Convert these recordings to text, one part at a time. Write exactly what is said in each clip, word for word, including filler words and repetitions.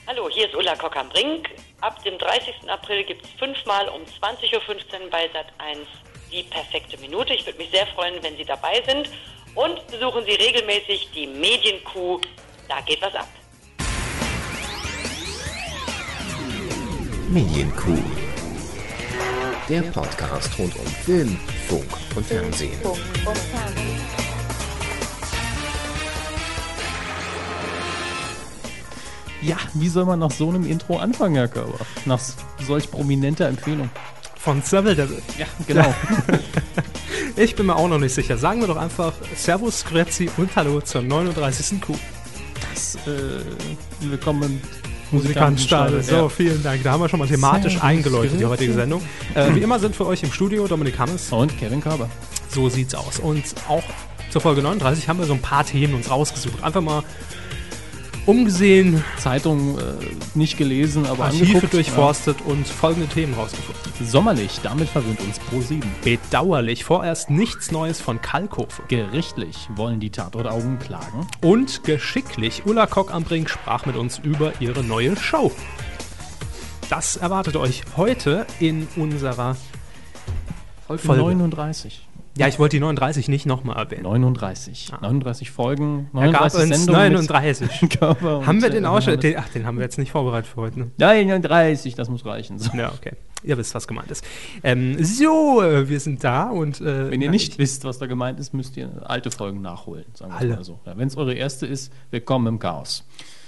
Hallo, hier ist Ulla Kock am Brink. Ab dem dreißigsten April gibt es fünfmal um zwanzig Uhr fünfzehn bei Sat eins die perfekte Minute. Ich würde mich sehr freuen, wenn Sie dabei sind. Und besuchen Sie regelmäßig die Medienkuh. Da geht was ab. Medienkuh. Der Podcast rund um Film, Funk und Fernsehen. Funk und Fernsehen. Ja, wie soll man nach so einem Intro anfangen, Herr Körber? Nach solch prominenter Empfehlung. Von Seville Devil. Ja, genau. Ich bin mir auch noch nicht sicher. Sagen wir doch einfach Servus, Grüezi und Hallo zur neununddreißigsten Kuh. Das, äh, willkommen im Musikantenstadel. So, ja. vielen Dank. Da haben wir schon mal thematisch Servus, eingeläutet, die Grüezi. heutige Sendung. Äh, wie immer sind für euch im Studio Dominik Hammes. Und Kevin Körber. So sieht's aus. Und auch zur Folge neununddreißig haben wir so ein paar Themen uns rausgesucht. Einfach mal umgesehen, Zeitung äh, nicht gelesen, aber Archive angeguckt. durchforstet und folgende Themen rausgefunden. Ja. Sommerlich, damit verwöhnt uns ProSieben. Bedauerlich, vorerst nichts Neues von Kalkofe. Gerichtlich wollen die Tatortaugen klagen. Und geschicklich, Ulla Kock am Brink sprach mit uns über ihre neue Show. Das erwartet euch heute in unserer Folge Folge. neununddreißig. Ja, ich wollte die neununddreißig nicht nochmal erwähnen. neununddreißig. Ah. neununddreißig Folgen, Herr neununddreißig Gabens, Sendungen neununddreißig. mit Körper und, Haben wir den äh, Ausschnitt? Johannes. Den, ach, den haben wir jetzt nicht vorbereitet für heute. Ne? neununddreißig, das muss reichen. So. Ja, okay. Ihr wisst, was gemeint ist. Ähm, so, äh, wir sind da und... Äh, Wenn ihr na, nicht ich- wisst, was da gemeint ist, müsst ihr alte Folgen nachholen. Sagen wir es Alle. mal so. Ja, wenn es eure erste ist, willkommen im Chaos.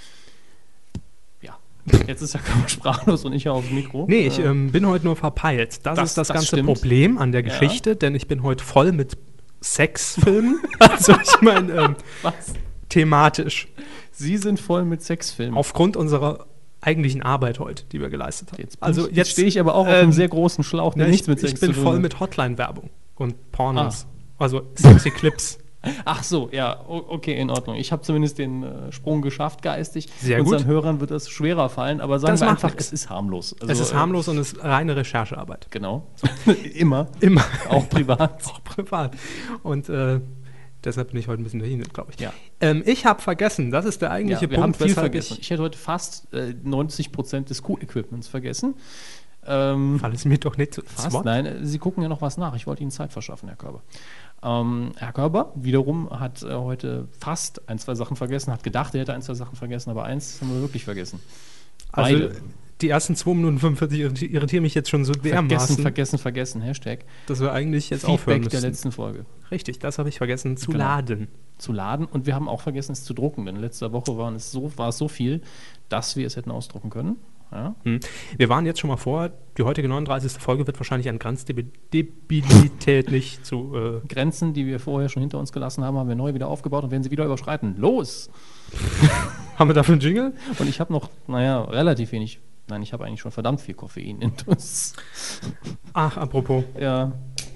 Ja, jetzt ist ja kaum sprachlos und ich ja aufs Mikro. Nee, ich Äh, ähm, bin heute nur verpeilt. Das, Das- ist das, das ganze stimmt. Problem an der Ja. Geschichte, denn ich bin heute voll mit Sexfilmen. Also ich meine, ähm, was? thematisch. Sie sind voll mit Sexfilmen. Aufgrund unserer eigentlichen Arbeit heute, die wir geleistet haben. Jetzt, also ich, jetzt stehe ich aber auch auf ähm, einem sehr großen Schlauch, der Ja, nichts ich, mit Sex ich bin zu tun voll hat. mit Hotline-Werbung und Pornos. Ah. Also sexy Clips. Ach so, ja, o- okay, in Ordnung. Ich habe zumindest den äh, Sprung geschafft, geistig. Sehr Unseren gut. Hörern wird das schwerer fallen, aber sagen Das wir macht einfach, nix. es ist harmlos. Also, Es ist äh, harmlos und es ist reine Recherchearbeit. Genau. Immer. Immer. Auch privat. Auch privat. Und äh, deshalb bin ich heute ein bisschen dahin, glaube ich. Ja. Ähm, ich habe vergessen, das ist der eigentliche Ja, wir haben Punkt, viel weshalb vergessen. ich... Ich hätte heute fast äh, neunzig Prozent des Q-Equipments vergessen. Ähm, Fall es mir doch nicht zu fast, Wort. nein, äh, Sie gucken ja noch was nach. Ich wollte Ihnen Zeit verschaffen, Herr Körber. Ähm, Herr Körber wiederum hat äh, heute fast ein, zwei Sachen vergessen, hat gedacht, er hätte ein, zwei Sachen vergessen, aber eins haben wir wirklich vergessen. Also Beide. die ersten zwei Minuten fünfundvierzig irriti- irritieren mich jetzt schon so Vergessen, dermaßen, vergessen, vergessen. Hashtag dass wir eigentlich jetzt aufhören Feedback der müssen. letzten Folge. Richtig, das habe ich vergessen zu Genau. laden. Zu laden und wir haben auch vergessen, es zu drucken, denn in letzter Woche waren es so, war es so viel, dass wir es hätten ausdrucken können. Ja? Hm. Wir waren jetzt schon mal vor, die heutige neununddreißigste Folge wird wahrscheinlich an Grenzdebilität nicht zu... Äh, Grenzen, die wir vorher schon hinter uns gelassen haben, haben wir neu wieder aufgebaut und werden sie wieder überschreiten. Los! haben wir dafür einen Jingle? Und ich habe noch, naja, relativ wenig, nein, ich habe eigentlich schon verdammt viel Koffein intus. Ach, apropos. Ja.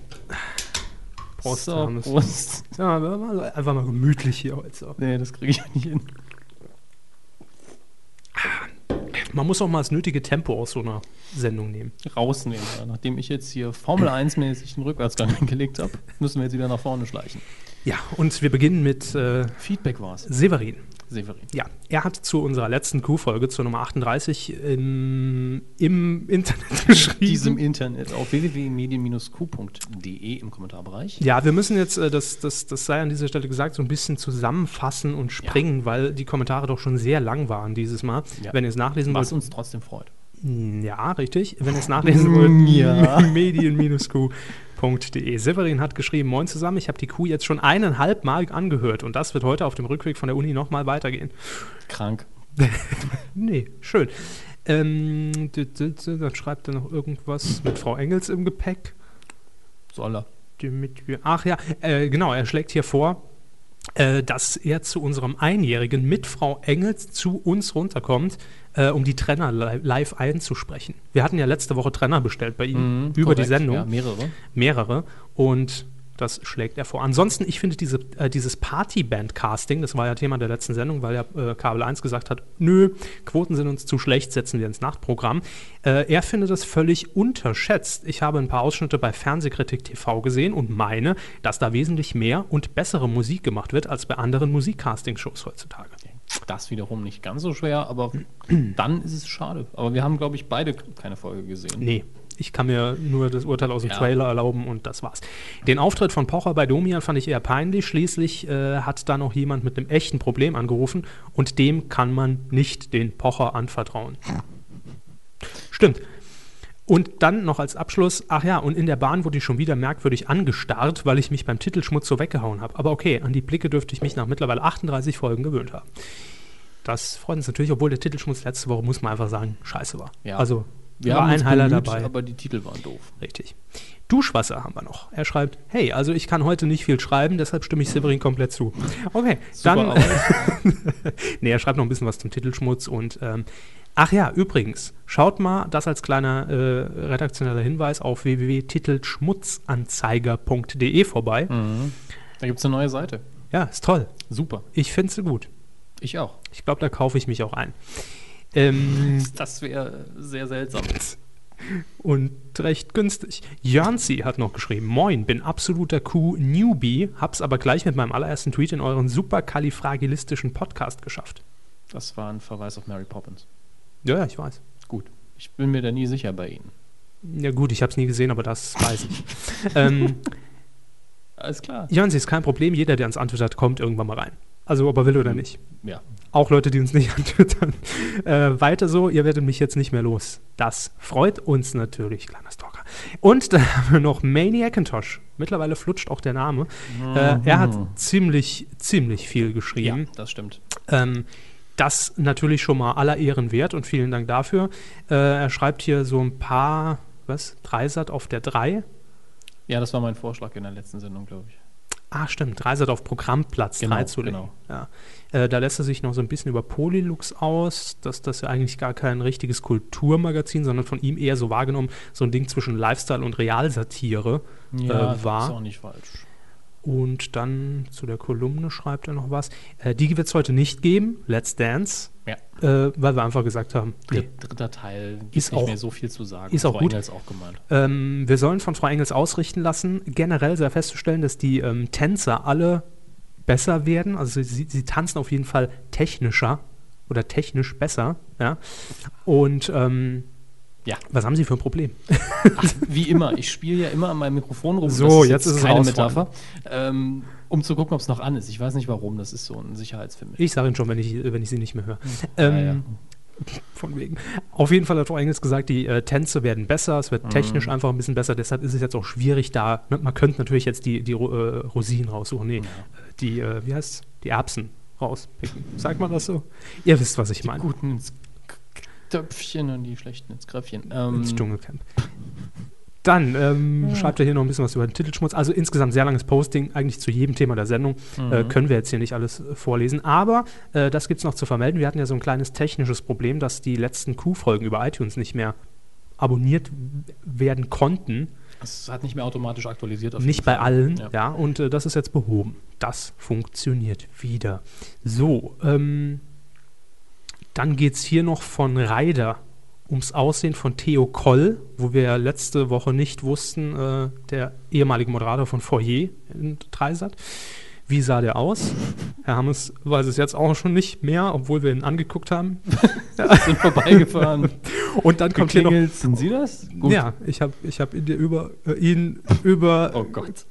Prost, So, Hannes. Prost. Ja, wir machen einfach mal gemütlich hier heute. So. Nee, das kriege ich nicht hin. Man muss auch mal das nötige Tempo aus so einer Sendung nehmen. Rausnehmen. Ja. Nachdem ich jetzt hier Formel eins-mäßig den Rückwärtsgang hingelegt habe, müssen wir jetzt wieder nach vorne schleichen. Ja, und wir beginnen mit äh, Feedback war es. Severin. Severin. Ja, er hat zu unserer letzten Q-Folge, zur Nummer achtunddreißig, im, im Internet geschrieben. Diesem Internet auf w w w punkt medien Bindestrich q punkt d e im Kommentarbereich. Ja, wir müssen jetzt, äh, das, das, das sei an dieser Stelle gesagt, so ein bisschen zusammenfassen und springen, weil die Kommentare doch schon sehr lang waren dieses Mal. Ja. Wenn ihr es nachlesen Was wollt. uns trotzdem freut. Ja, richtig. Wenn ihr es nachlesen wollt, Ja. medien Bindestrich q punkt d e. Severin hat geschrieben, moin zusammen, ich habe die Q jetzt schon eineinhalb Mal angehört und das wird heute auf dem Rückweg von der Uni nochmal weitergehen. Krank. Nee, schön. Ähm, d- d- d- dann schreibt er noch irgendwas mit Frau Engels im Gepäck. Soll er. Die mit- Ach ja, äh, genau, er schlägt hier vor, äh, dass er zu unserem Einjährigen mit Frau Engels zu uns runterkommt, äh, um die Trenner li- live einzusprechen. Wir hatten ja letzte Woche Trenner bestellt bei ihm, Mhm, über die korrekt. Sendung, Ja, mehrere. mehrere, und das schlägt er vor. Ansonsten, ich finde diese, äh, dieses Partyband-Casting, das war ja Thema der letzten Sendung, weil ja äh, Kabel eins gesagt hat, nö, Quoten sind uns zu schlecht, setzen wir ins Nachtprogramm. Äh, er findet das völlig unterschätzt. Ich habe ein paar Ausschnitte bei Fernsehkritik T V gesehen und meine, dass da wesentlich mehr und bessere Musik gemacht wird als bei anderen Musikcasting-Shows heutzutage. Das wiederum nicht ganz so schwer, aber dann ist es schade. Aber wir haben, glaube ich, beide keine Folge gesehen. Nee, ich kann mir nur das Urteil aus dem Ja. Trailer erlauben und das war's. Den Auftritt von Pocher bei Domian fand ich eher peinlich. Schließlich äh, hat da noch jemand mit einem echten Problem angerufen und dem kann man nicht den Pocher anvertrauen. Stimmt. Und dann noch als Abschluss, ach ja, und in der Bahn wurde ich schon wieder merkwürdig angestarrt, weil ich mich beim Titelschmutz so weggehauen habe. Aber okay, an die Blicke dürfte ich mich nach mittlerweile achtunddreißig Folgen gewöhnt haben. Das freut uns natürlich, obwohl der Titelschmutz letzte Woche, muss man einfach sagen, scheiße war. Ja. Also Wir war haben uns ein Highlight bemüht, dabei. aber die Titel waren doof. Richtig. Duschwasser haben wir noch. Er schreibt, hey, also ich kann heute nicht viel schreiben, deshalb stimme ich Severin komplett zu. Okay, Super dann... Arbeit. nee, er schreibt noch ein bisschen was zum Titelschmutz und ähm, ach ja, übrigens, schaut mal, das als kleiner äh, redaktioneller Hinweis auf w w w punkt titelschmutzanzeiger punkt d e vorbei. Mhm. Da gibt es eine neue Seite. Ja, ist toll. Super. Ich finde sie gut. Ich auch. Ich glaube, da kaufe ich mich auch ein. Ähm, Das wäre sehr seltsam. und recht günstig. Jörnsi hat noch geschrieben, moin, bin absoluter Q-Newbie, hab's aber gleich mit meinem allerersten Tweet in euren superkalifragilistischen Podcast geschafft. Das war ein Verweis auf Mary Poppins. Ja, ja, ich weiß. Gut. Ich bin mir da nie sicher bei Ihnen. Ja gut, ich habe es nie gesehen, aber das weiß ich. ähm, Alles klar. Jörnsi, ist kein Problem, jeder, der uns antwittert, kommt irgendwann mal rein. Also ob er will oder nicht. Ja. Auch Leute, die uns nicht antwittern. Äh, weiter so, ihr werdet mich jetzt nicht mehr los. Das freut uns natürlich, kleiner Stalker. Und dann haben wir noch Maniacintosh. Mittlerweile flutscht auch der Name. Mhm. Äh, er hat ziemlich, ziemlich viel Ja, geschrieben. das stimmt. Ähm, das natürlich schon mal aller Ehren wert und vielen Dank dafür. Äh, er schreibt hier so ein paar, was, Dreisat auf der drei. Ja, das war mein Vorschlag in der letzten Sendung, glaube ich. Ah, stimmt, Dreisat auf Programmplatz Genau, drei zu legen. genau. Ja. Äh, da lässt er sich noch so ein bisschen über Polylux aus, dass das ja eigentlich gar kein richtiges Kulturmagazin, sondern von ihm eher so wahrgenommen, so ein Ding zwischen Lifestyle und Realsatire Ja, äh, war. ist auch nicht falsch. Und dann zu der Kolumne schreibt er noch was. Äh, die wird es heute nicht geben, Let's Dance, Ja. äh, weil wir einfach gesagt haben, nee. Dritt- Dritter Teil gibt Ist nicht auch- mehr so viel zu sagen. ist auch Frau gut. Engels auch gemeint. Ähm, wir sollen von Frau Engels ausrichten lassen, generell sei festzustellen, dass die ähm, Tänzer alle besser werden. Also sie, sie tanzen auf jeden Fall technischer oder technisch besser. Ja? Und ähm, Ja. was haben Sie für ein Problem? Ach, wie immer, ich spiele ja immer an meinem Mikrofon rum. So, das jetzt ist es keine raus, Metapher. Ähm, um zu gucken, ob es noch an ist. Ich weiß nicht warum, das ist so ein Sicherheitsfilm. Ich sage Ihnen schon, wenn ich, wenn ich sie nicht mehr höre. Ja, Ähm, ja. Von wegen. Auf jeden Fall hat Frau Engels gesagt, die äh, Tänze werden besser, es wird technisch einfach ein bisschen besser, deshalb ist es jetzt auch schwierig da. Ne, man könnte natürlich jetzt die, die äh, Rosinen raussuchen, nee, Ja. äh, die, äh, wie heißt's? Die Erbsen rauspicken. Sagt man das so? Ihr wisst, was ich Die meine. Guten ins K- Töpfchen und die schlechten ins Gröpfchen. Ähm, Ins Dschungelcamp. Dann ähm, schreibt er hier noch ein bisschen was über den Titelschmutz. Also insgesamt sehr langes Posting, eigentlich zu jedem Thema der Sendung. Äh, können wir jetzt hier nicht alles äh, vorlesen. Aber äh, das gibt es noch zu vermelden. Wir hatten ja so ein kleines technisches Problem, dass die letzten Q-Folgen über iTunes nicht mehr abonniert w- werden konnten. Es hat nicht mehr automatisch aktualisiert. Auf jeden Nicht bei Fall. allen, Ja. ja. Und äh, das ist jetzt behoben. Das funktioniert wieder. So, ähm, dann geht es hier noch von Ryder ums Aussehen von Theo Koll, wo wir ja letzte Woche nicht wussten, äh, der ehemalige Moderator von Foyer in Dreisat. Wie sah der aus? Herr Hammes weiß es jetzt auch schon nicht mehr, obwohl wir ihn angeguckt haben. Sind vorbeigefahren. Und dann kommt hier noch... Geklingelt. Sind Sie das? Gut. Ja, ich habe ich hab ihn dir über, äh, ihn über, Oh Gott.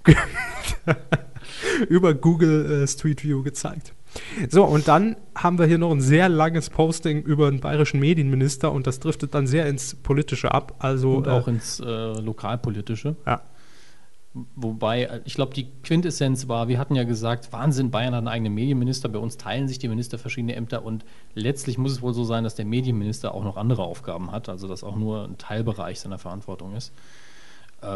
über Google äh, Street View gezeigt. So, und dann haben wir hier noch ein sehr langes Posting über einen bayerischen Medienminister und das driftet dann sehr ins Politische ab. Also, Und äh, auch ins äh, Lokalpolitische. ja. Wobei, äh, ich glaube, die Quintessenz war, wir hatten ja gesagt, Wahnsinn, Bayern hat einen eigenen Medienminister, bei uns teilen sich die Minister verschiedene Ämter und letztlich muss es wohl so sein, dass der Medienminister auch noch andere Aufgaben hat, also dass auch nur ein Teilbereich seiner Verantwortung ist. Ähm,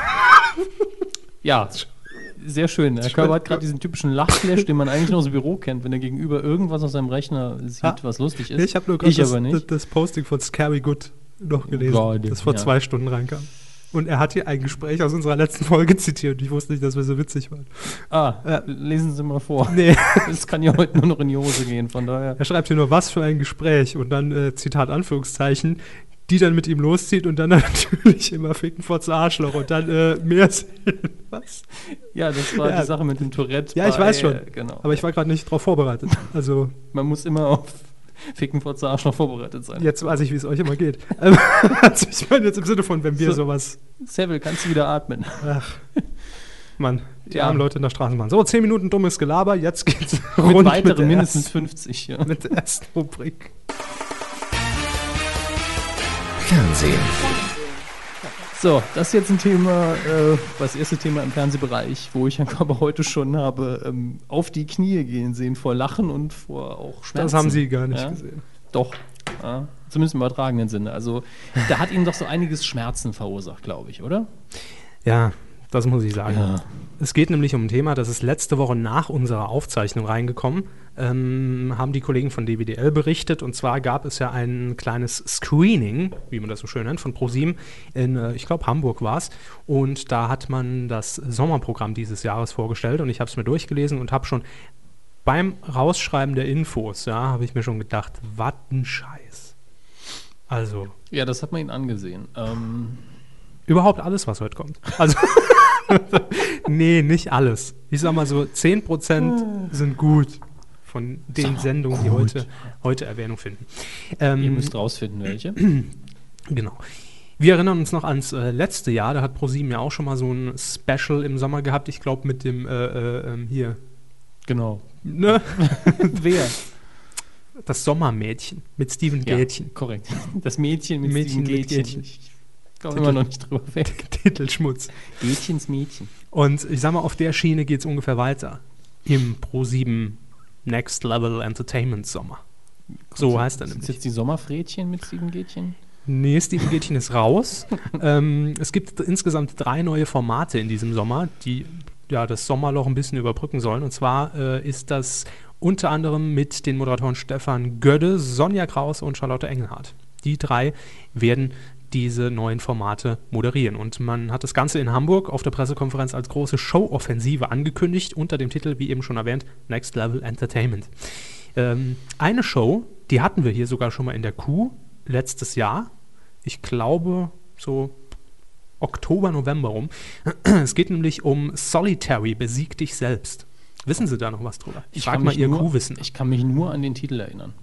ja, sehr schön. Herr Körber hat gerade diesen typischen Lachflash, den man eigentlich nur aus dem Büro kennt, wenn er gegenüber irgendwas auf seinem Rechner sieht, Ah, was lustig ist. Ich habe nur gerade das, aber nicht. das, das Posting von Scary Good noch gelesen, Gott, das vor ja. zwei Stunden reinkam. Und er hat hier ein Gespräch aus unserer letzten Folge zitiert. Ich wusste nicht, dass wir so witzig waren. Ah, Ja. lesen Sie mal vor. Nee. Es kann ja heute nur noch in die Hose gehen, von daher. Er schreibt hier nur, was für ein Gespräch. Und dann, äh, Zitat Anführungszeichen, die dann mit ihm loszieht und dann natürlich immer ficken vor Arschloch und dann äh, mehr sehen. Was? Ja, das war Ja. die Sache mit dem Tourette. Ja, ich bei- weiß schon. Genau. Aber ich war gerade nicht darauf vorbereitet. Also Man muss immer auf Ficken vor Arschloch vorbereitet sein. jetzt weiß ich, wie es euch immer geht. Ähm, also ich meine jetzt im Sinne von, wenn wir So. sowas... Seville, kannst du wieder atmen? Ach, Mann, die Ja. armen Leute in der Straßenbahn. So, zehn Minuten dummes Gelaber, jetzt geht's Mit rund weiteren der mindestens ersten, fünfzig. Ja. mit der ersten Rubrik. Fernsehen. So, das ist jetzt ein Thema, äh, das erste Thema im Fernsehbereich, wo ich Herrn Körber heute schon habe ähm, auf die Knie gehen sehen vor Lachen und vor auch Schmerzen. Das haben Sie gar nicht Ja? gesehen. Doch, ja, zumindest im übertragenen Sinne. Also, da hat Ihnen doch so einiges Schmerzen verursacht, glaube ich, oder? Ja, das muss ich sagen. Ja. Es geht nämlich um ein Thema, das ist letzte Woche nach unserer Aufzeichnung reingekommen, ähm, haben die Kollegen von D W D L berichtet. Und zwar gab es ja ein kleines Screening, wie man das so schön nennt, von ProSieben in, äh, ich glaube, Hamburg war es. Und da hat man das Sommerprogramm dieses Jahres vorgestellt und ich habe es mir durchgelesen und habe schon beim Rausschreiben der Infos, ja, habe ich mir schon gedacht, was ein Scheiß. Also, Ja, das hat man Ihnen angesehen. Ähm, überhaupt alles, was heute kommt. Also, nee, nicht alles. Ich sag mal so, zehn Prozent sind gut von den Sendungen, die heute, heute Erwähnung finden. Ähm, ihr müsst rausfinden, welche. Genau. Wir erinnern uns noch ans äh, letzte Jahr, da hat ProSieben ja auch schon mal so ein Special im Sommer gehabt, ich glaube mit dem, äh, äh, ähm, hier, Genau. ne? Wer? Das Sommermädchen mit Steven Ja, Gätchen. korrekt. Das Mädchen mit Mädchen Steven mit Gätchen. Gätchen. Ich komme immer noch nicht drüber weg. Titelschmutz. Gätchens Mädchen. Und ich sag mal, auf der Schiene geht es ungefähr weiter. Im ProSieben Next Level Entertainment Sommer. So heißt er Sind nämlich. jetzt die Sommerfrätchen mit Steven Gätchen? Nee, Steven Gätchen ist raus. ähm, es gibt insgesamt drei neue Formate in diesem Sommer, die ja das Sommerloch ein bisschen überbrücken sollen. Und zwar äh, ist das unter anderem mit den Moderatoren Stefan Gödde, Sonja Kraus und Charlotte Engelhardt. Die drei werden diese neuen Formate moderieren. Und man hat das Ganze in Hamburg auf der Pressekonferenz als große Show-Offensive angekündigt, unter dem Titel, wie eben schon erwähnt, Next Level Entertainment. Ähm, eine Show, die hatten wir hier sogar schon mal in der Kuh letztes Jahr. Ich glaube, so Oktober, November rum. Es geht nämlich um Solitary, besieg dich selbst. Wissen Sie da noch was drüber? Ich frage kann mal mich Ihr nur- Kuhwissen. Ich kann mich nur an den Titel erinnern.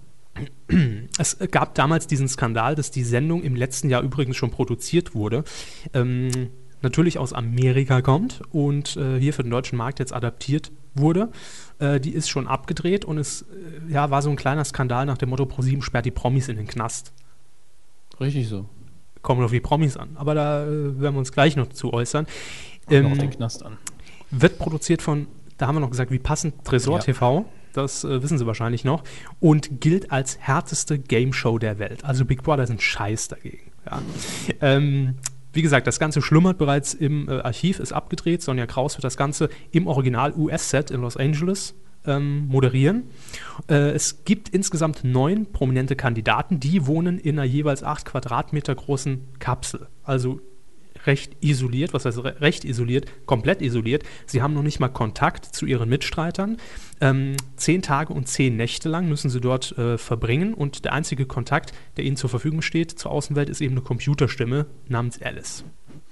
Es gab damals diesen Skandal, dass die Sendung im letzten Jahr übrigens schon produziert wurde. Ähm, natürlich aus Amerika kommt und äh, hier für den deutschen Markt jetzt adaptiert wurde. Äh, die ist schon abgedreht und es äh, ja, war so ein kleiner Skandal nach dem Motto, ProSieben sperrt die Promis in den Knast. Richtig so. Kommen auf die Promis an. Aber da äh, werden wir uns gleich noch zu äußern. Ähm, Ähm, auf den Knast an. wird produziert von, da haben wir noch gesagt, wie passend, Tresor Ja. T V. Das äh, wissen Sie wahrscheinlich noch. Und gilt als härteste Game-Show der Welt. Also Big Brother ist ein Scheiß dagegen. Ja. Ähm, wie gesagt, das Ganze schlummert bereits im äh, Archiv, ist abgedreht. Sonja Kraus wird das Ganze im Original-U S-Set in Los Angeles ähm, moderieren. Äh, es gibt insgesamt neun prominente Kandidaten, die wohnen in einer jeweils acht Quadratmeter großen Kapsel. Also recht isoliert, was heißt re- recht isoliert, komplett isoliert. Sie haben noch nicht mal Kontakt zu ihren Mitstreitern. Ähm, zehn Tage und zehn Nächte lang müssen sie dort äh, verbringen und der einzige Kontakt, der ihnen zur Verfügung steht zur Außenwelt, ist eben eine Computerstimme namens Alice.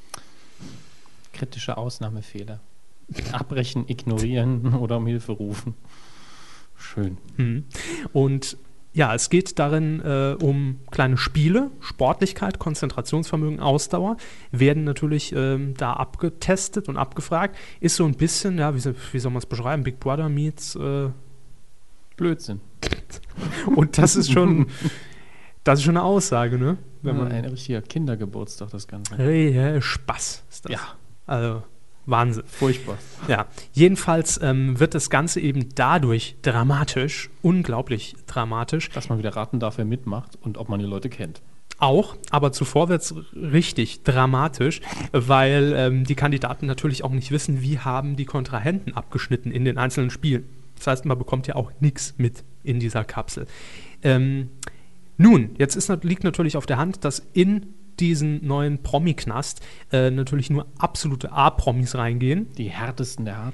Kritische Ausnahmefehler. Abbrechen, ignorieren oder um Hilfe rufen. Schön. Mhm. Und ja, es geht darin äh, um kleine Spiele, Sportlichkeit, Konzentrationsvermögen, Ausdauer, werden natürlich ähm, da abgetestet und abgefragt. Ist so ein bisschen, ja, wie, so- wie soll man es beschreiben, Big Brother meets äh, Blödsinn. und das ist schon, das ist schon eine Aussage, ne? Wenn Ja, man ein richtiger Kindergeburtstag, das Ganze. hey, hey, Spaß ist das. Ja, Also Wahnsinn. furchtbar. Ja, jedenfalls ähm, wird das Ganze eben dadurch dramatisch, unglaublich dramatisch. Dass man wieder raten darf, wer mitmacht und ob man die Leute kennt. Auch, aber zuvor wird es richtig dramatisch, weil ähm, die Kandidaten natürlich auch nicht wissen, wie haben die Kontrahenten abgeschnitten in den einzelnen Spielen. Das heißt, man bekommt ja auch nichts mit in dieser Kapsel. Ähm, nun, jetzt ist, nat- liegt natürlich auf der Hand, dass in diesen neuen Promi-Knast äh, natürlich nur absolute A-Promis reingehen. Die härtesten der Harten.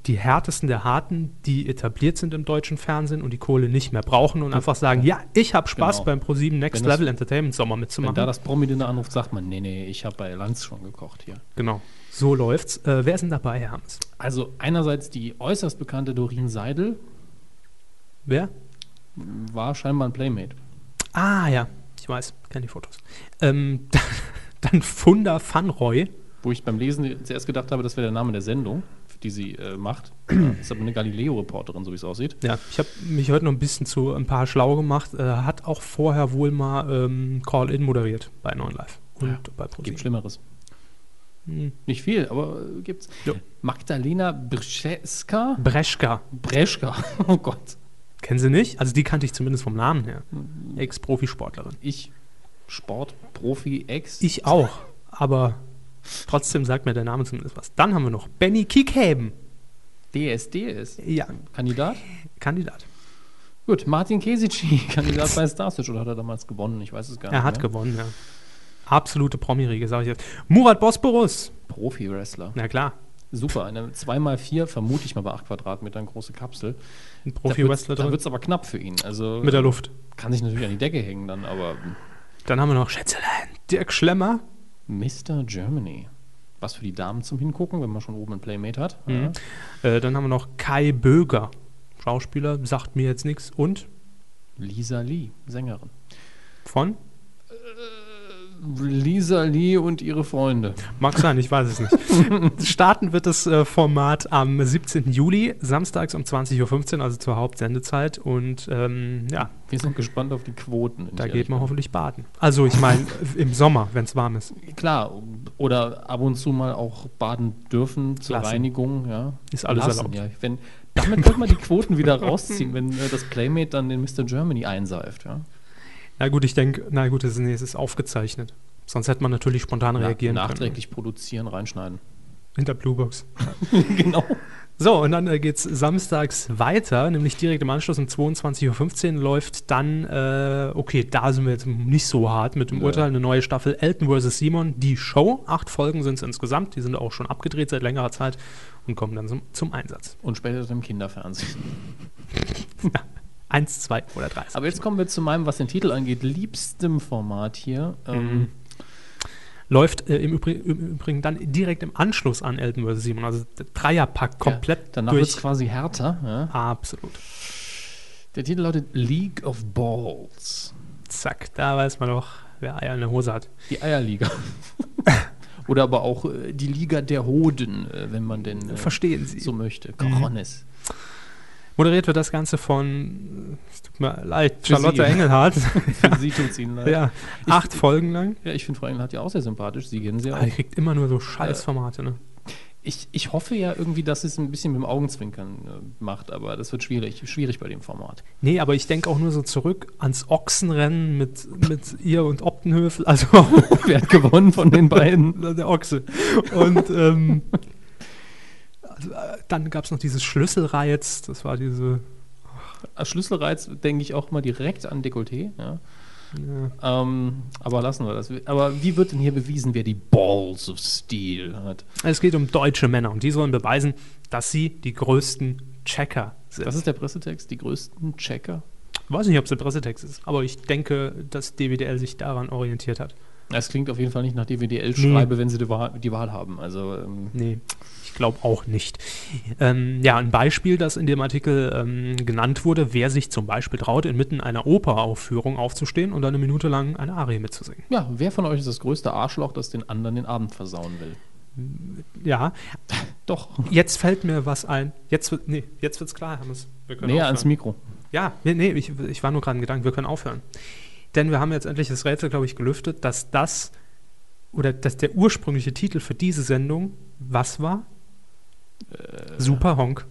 die härtesten der Harten, die etabliert sind im deutschen Fernsehen und die Kohle nicht mehr brauchen und einfach sagen, ja, ich habe Spaß Genau. beim ProSieben Next Wenn das- Level Entertainment Sommer Wenn mitzumachen. da das Promi-Dinner anruft, sagt man, nee, nee, ich habe bei Lanz schon gekocht hier. Genau, so läuft's. Äh, wer ist denn dabei, Herr Hammes? Also einerseits die äußerst bekannte Doreen Seidel Wer? war scheinbar ein Playmate. Ah, ja, ich weiß, kenne die Fotos. Ähm, dann Funda Fanroy. Wo ich beim Lesen zuerst gedacht habe, das wäre der Name der Sendung, die sie äh, macht. Das ist aber eine Galileo-Reporterin, so wie es aussieht. Ja, ich habe mich heute noch ein bisschen zu ein paar schlau gemacht. Äh, hat auch vorher wohl mal ähm, Call-In moderiert bei neun Live und Ja, bei Gibt ProSieben. Schlimmeres. Hm. Nicht viel, aber äh, gibt's. Ja. Magdalena Brzeska? Breschka. Breschka. Oh Gott. Kennen Sie nicht? Also die kannte ich zumindest vom Namen her. Ex-Profisportlerin. Ich, Sport, Profi, Ex. Ich auch, aber trotzdem sagt mir der Name zumindest was. Dann haben wir noch Benny Kickheben. D S D ist. Ja, Kandidat? Kandidat. Gut, Martin Kesici, Kandidat bei Starstitch, oder hat er damals gewonnen? Ich weiß es gar nicht. Er hat mehr. gewonnen, ja. Absolute Promi-Riege, sage ich jetzt. Murat Bosporus. Profi-Wrestler. Na klar, Super, eine zwei mal vier, vermute ich mal bei acht Quadratmetern, große Kapsel. ein Da Profi-Wrestler wird drin. es aber knapp für ihn. Also Mit der Luft. kann sich natürlich an die Decke hängen dann, aber Dann haben wir noch Schätzelein. Dirk Schlemmer. Mister Germany. Was für die Damen zum Hingucken, wenn man schon oben ein Playmate hat. Mhm. Ja. Äh, dann haben wir noch Kai Böger. Schauspieler, sagt mir jetzt nichts. Und Lisa Lee, Sängerin. von? Lisa Lee und ihre Freunde. Mag sein, ich weiß es nicht. Starten wird das äh, Format am siebzehnten Juli, samstags um zwanzig Uhr fünfzehn, also zur Hauptsendezeit. Und ähm, ja, Wir sind gespannt auf die Quoten. wenn da ich geht ehrlich man bin. hoffentlich baden. Also ich meine, im Sommer, wenn es warm ist. Klar, oder ab und zu mal auch baden dürfen zur Lassen. Reinigung. Ja. Ist alles Lassen, erlaubt. ja. Wenn, damit könnte man die Quoten wieder rausziehen, wenn äh, das Playmate dann den Mister Germany einseift. Ja. Na gut, ich denke, na gut, es ist, nee, es ist aufgezeichnet. Sonst hätte man natürlich spontan reagieren Na, nachträglich produzieren, reinschneiden. können. In der Bluebox. Genau. So, und dann äh, geht es samstags weiter, nämlich direkt im Anschluss um zweiundzwanzig Uhr fünfzehn läuft dann, äh, okay, da sind wir jetzt nicht so hart mit dem Ja. Urteil, eine neue Staffel Elton versus. Simon, die Show. Acht Folgen sind es insgesamt, die sind auch schon abgedreht seit längerer Zeit und kommen dann zum, zum Einsatz. Und später dann im Kinderfernsehen. Eins, zwei oder drei. Aber jetzt kommen wir zu meinem, was den Titel angeht, liebstem Format hier. Ähm, Mhm. Läuft äh, im, Übrig, im Übrigen dann direkt im Anschluss an Elton versus. Simon, also der Dreierpack komplett ja, danach wird es durch. quasi härter. Ja. Absolut. Der Titel lautet League of Balls. Zack, da weiß man doch, wer Eier in der Hose hat. Die Eierliga. Oder aber auch äh, die Liga der Hoden, äh, wenn man denn äh, Verstehen Sie. so möchte. Cojones. Moderiert wird das Ganze von, es tut mir leid, Für Charlotte Sie. Engelhardt. Für Sie tut es Ihnen leid. Ja, Ich- acht Folgen lang. Ja, ich finde Frau Engelhardt ja auch sehr sympathisch. Sie kennen sie auch. Ah, die kriegt immer nur so Scheißformate, ne? Ich, ich hoffe ja irgendwie, dass es ein bisschen mit dem Augenzwinkern äh, macht, aber das wird schwierig, schwierig bei dem Format. Nee, aber ich denke auch nur so zurück ans Ochsenrennen mit, mit ihr und Optenhöfel, also Wer hat gewonnen von den beiden? der Ochse. Und ähm, also, äh, dann gab es noch dieses Schlüsselreiz, das war diese, Als Schlüsselreiz denke ich auch mal direkt an Dekolleté. Ja. ja, Ähm, aber lassen wir das. Aber wie wird denn hier bewiesen, wer die Balls of Steel hat? es geht um deutsche Männer und die sollen beweisen, dass sie die größten Checker sind. Das ist der Pressetext, die größten Checker. Ich weiß nicht, ob es der Pressetext ist, aber ich denke, dass D W D L sich daran orientiert hat. Es klingt auf jeden Fall nicht nach D W D L-Schreibe, wenn sie die Wahl, die Wahl haben. Also ähm, Nee, ich glaube auch nicht. Ähm, ja, ein Beispiel, das in dem Artikel ähm, genannt wurde, wer sich zum Beispiel traut, inmitten einer Operaufführung aufzustehen und eine Minute lang eine Arie mitzusingen. ja, wer von euch ist das größte Arschloch, das den anderen den Abend versauen will? Ja, Doch. jetzt fällt mir was ein. Jetzt wird, nee, jetzt wird's klar, Hermes. Wir können Näher aufhören. ans Mikro. Ja, nee, nee ich, ich war nur gerade ein Gedanke, wir können aufhören. Denn wir haben jetzt endlich das Rätsel, glaube ich, gelüftet, dass das, oder dass der ursprüngliche Titel für diese Sendung, was war? Äh, Super Honk.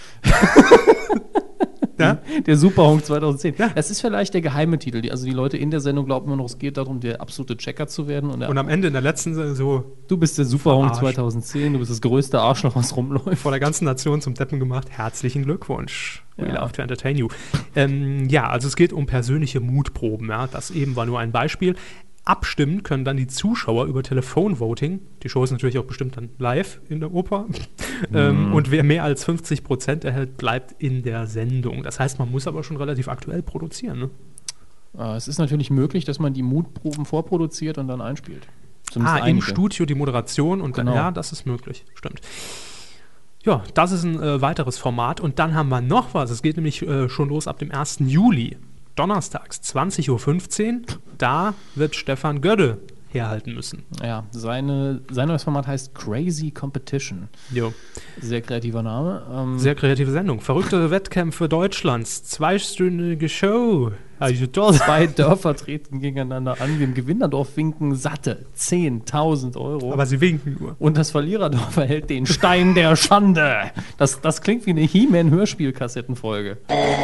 Ja? Der Superhonk zweitausendzehn. Ja. Das ist vielleicht der geheime Titel. Die, also die Leute in der Sendung glauben immer noch, es geht darum, der absolute Checker zu werden. Und, der, Und am Ende in der letzten Sendung so du bist der Superhonk Verarscht. zweitausendzehn, du bist das größte Arschloch, was rumläuft. vor der ganzen Nation zum Deppen gemacht. Herzlichen Glückwunsch. We Ja. love to entertain you. Ähm, ja, also es geht um persönliche Mutproben. Ja. Das eben war nur ein Beispiel. abstimmen können dann die Zuschauer über Telefonvoting. Die Show ist natürlich auch bestimmt dann live in der Oper. Mhm. ähm, und wer mehr als fünfzig Prozent erhält, bleibt in der Sendung. Das heißt, man muss aber schon relativ aktuell produzieren. Ne? Äh, es ist natürlich möglich, dass man die Mutproben vorproduziert und dann einspielt. Zumindest ah, einige. Im Studio die Moderation und genau. dann, ja, das ist möglich, stimmt. Ja, das ist ein äh, weiteres Format. Und dann haben wir noch was. Es geht nämlich äh, schon los ab dem ersten Juli. Donnerstags, zwanzig Uhr fünfzehn. Da wird Stefan Gödde herhalten müssen. Ja, seine, sein neues Format heißt Crazy Competition. Jo. Sehr kreativer Name. Ähm, Sehr kreative Sendung. Verrückte Wettkämpfe Deutschlands. Zweistündige Show. Also toll. Zwei Dörfer treten gegeneinander an. Dem Gewinnerdorf winken satte zehntausend Euro. Aber sie winken nur. Und das Verliererdorf erhält den Stein der Schande. Das, das klingt wie eine He-Man-Hörspiel-Kassettenfolge.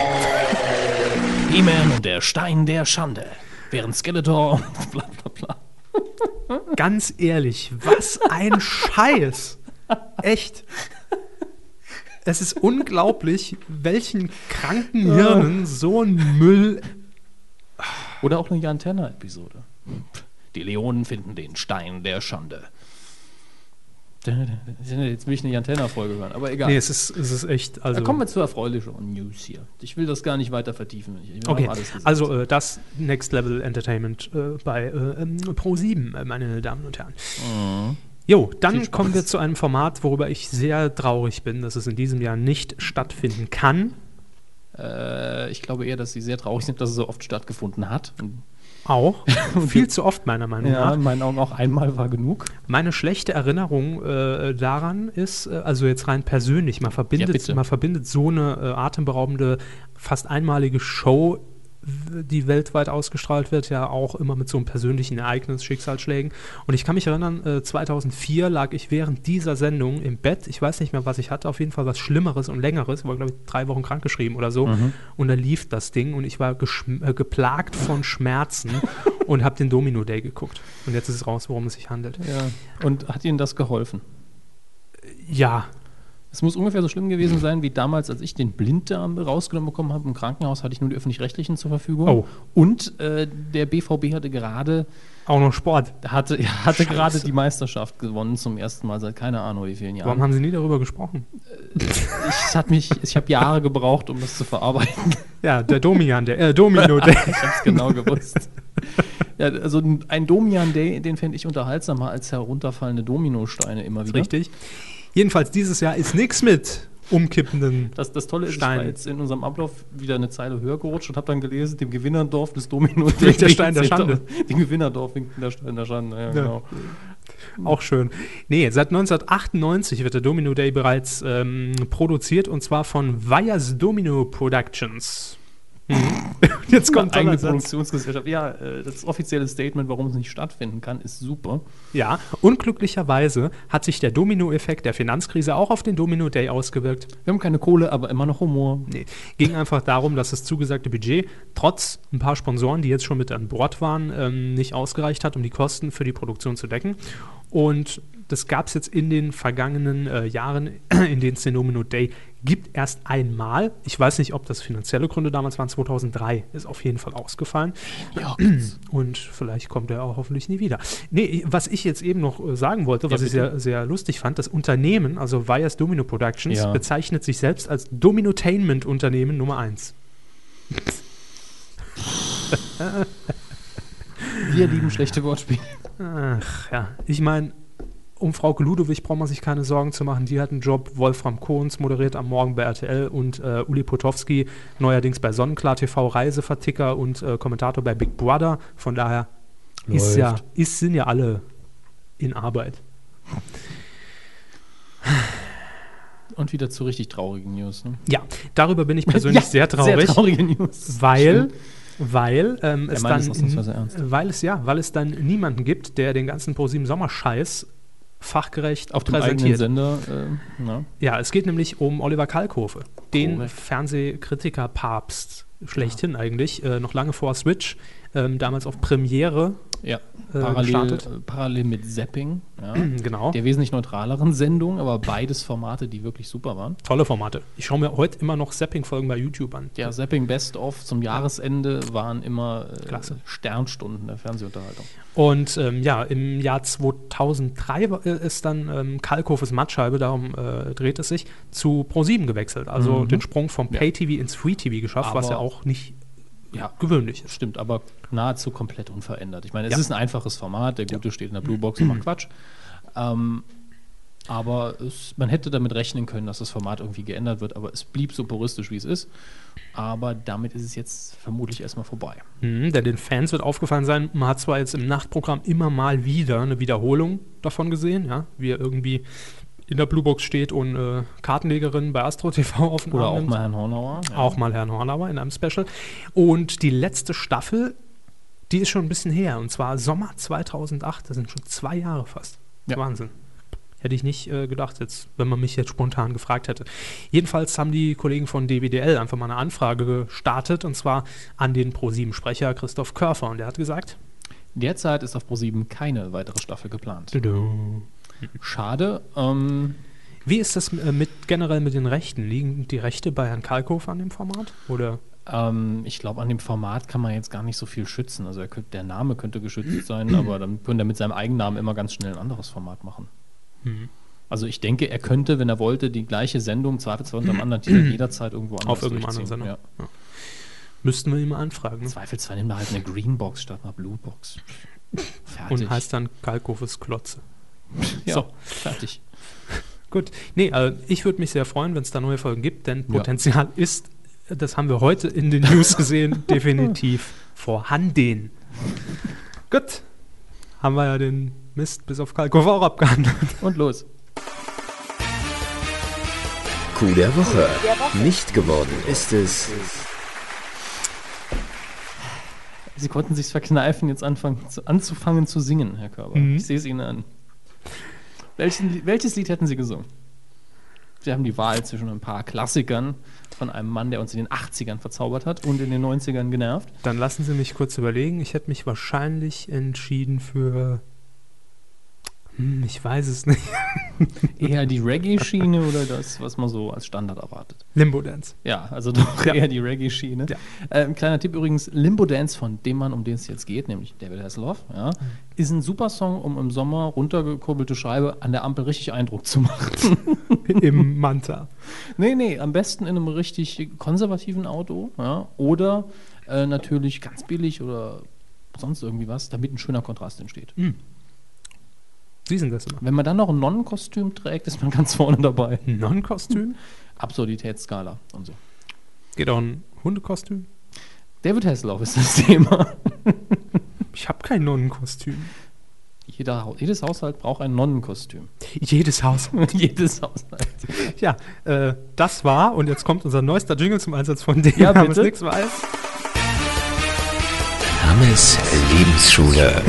He-Man und der Stein der Schande. Während Skeletor und bla bla bla. Ganz ehrlich, was ein Scheiß. Echt. Es ist unglaublich, welchen kranken Hirnen so ein Müll... Oder auch eine Jan Tenner-Episode. Die Leonen finden den Stein der Schande. Jetzt will ich eine Jan Tenner-Folge hören, aber egal. Nee, es ist, es ist echt... Also da kommen wir zu erfreulicheren News hier. Ich will das gar nicht weiter vertiefen. Ich okay, alles also äh, das Next Level Entertainment äh, bei äh, Pro sieben, äh, meine Damen und Herren. Mhm. Jo, dann kommen wir zu einem Format, worüber ich sehr traurig bin, dass es in diesem Jahr nicht stattfinden kann. Äh, ich glaube eher, dass sie sehr traurig sind, dass es so oft stattgefunden hat. Auch. Viel zu oft, meiner Meinung ja, nach. in meinen Augen auch einmal war genug. Meine schlechte Erinnerung äh, daran ist, äh, also jetzt rein persönlich, man verbindet, Ja, man verbindet so eine äh, atemberaubende, fast einmalige Show, die weltweit ausgestrahlt wird, ja auch immer mit so einem persönlichen Ereignis, Schicksalsschlägen. Und ich kann mich erinnern, äh, zweitausendvier lag ich während dieser Sendung im Bett. Ich weiß nicht mehr, was ich hatte. Auf jeden Fall was Schlimmeres und Längeres. Ich war, glaube ich, drei Wochen krankgeschrieben oder so. Mhm. Und da lief das Ding und ich war äh, geplagt von Schmerzen und habe den Domino Day geguckt. Und jetzt ist es raus, worum es sich handelt. Ja. Und hat Ihnen das geholfen? Ja. Es muss ungefähr so schlimm gewesen sein, wie damals, als ich den Blinddarm rausgenommen bekommen habe. Im Krankenhaus hatte ich nur die Öffentlich-Rechtlichen zur Verfügung. Oh. Und äh, der B V B hatte gerade Auch noch Sport. hatte, hatte gerade die Meisterschaft gewonnen zum ersten Mal seit keine Ahnung wie vielen Jahren. Warum haben Sie nie darüber gesprochen? Ich, hat mich, ich habe Jahre gebraucht, um das zu verarbeiten. Ja, der Domian, der äh, Domino Day. Ich habe es genau gewusst. Ja, also ein Domian Day, den fände ich unterhaltsamer als herunterfallende Dominosteine immer wieder. Richtig. Jedenfalls dieses Jahr ist nichts mit umkippenden Das, das Tolle ist, Steinen. ich war jetzt in unserem Ablauf wieder eine Zeile höher gerutscht und habe dann gelesen, dem Gewinnerdorf des Domino Winkt der Stein der Schande. Dem Gewinnerdorf winkt der Stein der Schande, ja, genau. Auch schön. Nee, seit neunzehnhundertachtundneunzig wird der Domino Day bereits ähm, produziert und zwar von Weyers Domino Productions. Mhm. Jetzt kommt Eigene ein Satz. Produktionsgesellschaft. Ja, äh, das offizielle Statement, warum es nicht stattfinden kann, ist super. Ja, unglücklicherweise hat sich der Domino-Effekt der Finanzkrise auch auf den Domino Day ausgewirkt. Wir haben keine Kohle, aber immer noch Humor. Nee, ging einfach darum, dass das zugesagte Budget trotz ein paar Sponsoren, die jetzt schon mit an Bord waren, ähm, nicht ausgereicht hat, um die Kosten für die Produktion zu decken. Und das gab es jetzt in den vergangenen äh, Jahren, in denen es den Domino Day gibt, erst einmal. Ich weiß nicht, ob das finanzielle Gründe damals waren. zweitausenddrei ist auf jeden Fall ausgefallen. Ja. Und vielleicht kommt er auch hoffentlich nie wieder. Nee, was ich jetzt eben noch äh, sagen wollte, was Ja, ich bitte. sehr, sehr lustig fand, das Unternehmen, also Weyers Domino Productions, Ja. bezeichnet sich selbst als Dominotainment-Unternehmen Nummer eins. Wir lieben schlechte Wortspiele. Ach ja, ich meine, um Frauke Ludowig braucht man sich keine Sorgen zu machen. Die hat einen Job. Wolfram Kohns moderiert am Morgen bei R T L und äh, Uli Potowski neuerdings bei Sonnenklar T V, Reiseverticker und äh, Kommentator bei Big Brother. Von daher ist ja, ist, sind ja alle in Arbeit. Und wieder zu richtig traurigen News. Ne? Ja, darüber bin ich persönlich Ja, sehr traurig, Sehr traurige News. weil, weil, ähm, es meint dann, es ausnahmsweise ernst. weil es ja, weil es dann niemanden gibt, der den ganzen ProSieben Sommerscheiß fachgerecht Auf dem eigenen präsentiert. Sender. Äh, na. Ja, es geht nämlich um Oliver Kalkofe, den Korrekt. Fernsehkritiker-Papst schlechthin eigentlich, äh, noch lange vor Switch, ähm, damals auf Premiere Ja, äh, parallel, gestartet. äh, parallel mit Zapping, ja, Genau. der wesentlich neutraleren Sendung, aber beides Formate, die wirklich super waren. Tolle Formate. Ich schaue mir heute immer noch Zapping-Folgen bei YouTube an. Ja, Zapping Best of zum Jahresende waren immer äh, Klasse. Sternstunden der Fernsehunterhaltung. Und ähm, ja, im Jahr zweitausenddrei war- äh, ist dann ähm, Kalkhofes Mattscheibe, darum äh, dreht es sich, zu ProSieben gewechselt. Also Mhm. den Sprung vom Ja. Pay-T V ins Free-T V geschafft, was Aber- ja auch nicht Ja, gewöhnlich ist. stimmt, aber nahezu komplett unverändert. Ich meine, es Ja. ist ein einfaches Format, der Gute steht in der Bluebox und macht Quatsch. Ähm, aber es, man hätte damit rechnen können, dass das Format irgendwie geändert wird, aber es blieb so puristisch, wie es ist. Aber damit ist es jetzt vermutlich erstmal vorbei. Mhm, denn den Fans wird aufgefallen sein, man hat zwar jetzt im Nachtprogramm immer mal wieder eine Wiederholung davon gesehen, ja, wie er irgendwie in der Bluebox steht und äh, Kartenlegerin bei Astro T V auf den Oder Arm auch nimmt. mal Herrn Hornauer. Ja. Auch mal Herrn Hornauer in einem Special. Und die letzte Staffel, die ist schon ein bisschen her. Und zwar Sommer zweitausendacht. Das sind schon zwei Jahre fast. Ja. Wahnsinn. Hätte ich nicht äh, gedacht, jetzt, wenn man mich jetzt spontan gefragt hätte. Jedenfalls haben die Kollegen von D W D L einfach mal eine Anfrage gestartet. Und zwar an den ProSieben-Sprecher Christoph Körfer. Und der hat gesagt: Derzeit ist auf ProSieben keine weitere Staffel geplant. Tudu. Schade. Ähm, Wie ist das äh, mit, generell mit den Rechten? Liegen die Rechte bei Herrn Kalkofer an dem Format? Oder? ähm, ich glaube, an dem Format kann man jetzt gar nicht so viel schützen. Also er könnte, der Name könnte geschützt sein, aber dann könnte er mit seinem Eigennamen immer ganz schnell ein anderes Format machen. Mhm. Also ich denke, er könnte, wenn er wollte, die gleiche Sendung, zweifelsfall unter einem anderen Titel, jederzeit irgendwo anders Auf irgendeiner anderen durchziehen. Sendung. Ja. Müssten wir ihn mal anfragen. Ne? Zweifelsfall nimmt er halt eine Greenbox statt einer Bluebox. Fertig. Und heißt dann Kalkhofes Klotze. ja, so. fertig. Gut, nee, äh, ich würde mich sehr freuen, wenn es da neue Folgen gibt, denn Ja. Potenzial ist, das haben wir heute in den News gesehen, definitiv vorhanden. Gut, haben wir ja den Mist bis auf Kalkofer auch abgehandelt. Und los. Coup der Woche. Nicht geworden ist es. Sie konnten sich verkneifen, jetzt anfangen, zu, anzufangen zu singen, Herr Körber. Mhm. Ich sehe es Ihnen an. Welchen, welches Lied hätten Sie gesungen? Sie haben die Wahl zwischen ein paar Klassikern von einem Mann, der uns in den achtzigern verzaubert hat und in den neunzigern genervt. Dann lassen Sie mich kurz überlegen. Ich hätte mich wahrscheinlich entschieden für... Hm, ich weiß es nicht. Eher die Reggae-Schiene oder das, was man so als Standard erwartet? Limbo Dance. Ja, also doch Ja. eher die Reggae-Schiene. Ja. Äh, ein kleiner Tipp übrigens, Limbo Dance von dem Mann, um den es jetzt geht, nämlich David Hasselhoff, ja, ist ein super Song, um im Sommer runtergekurbelte Scheibe an der Ampel richtig Eindruck zu machen. Im Manta. nee, nee, am besten in einem richtig konservativen Auto, ja, oder äh, natürlich ganz billig oder sonst irgendwie was, damit ein schöner Kontrast entsteht. Sie sind das immer. Wenn man dann noch ein Nonnenkostüm trägt, ist man ganz vorne dabei. Non-Kostüm? Absurditätsskala und so. Geht auch ein Hundekostüm? David Hasselhoff ist das Thema. Ich habe kein Nonnenkostüm. Jeder, Hau- jedes Haushalt braucht ein Nonnenkostüm. Jedes Haus. jedes Haushalt. Ja, äh, das war, und jetzt kommt unser neuester Jingle zum Einsatz, von dem Ja, Hermes bitte. nichts weiß. Hermes Lebensschule.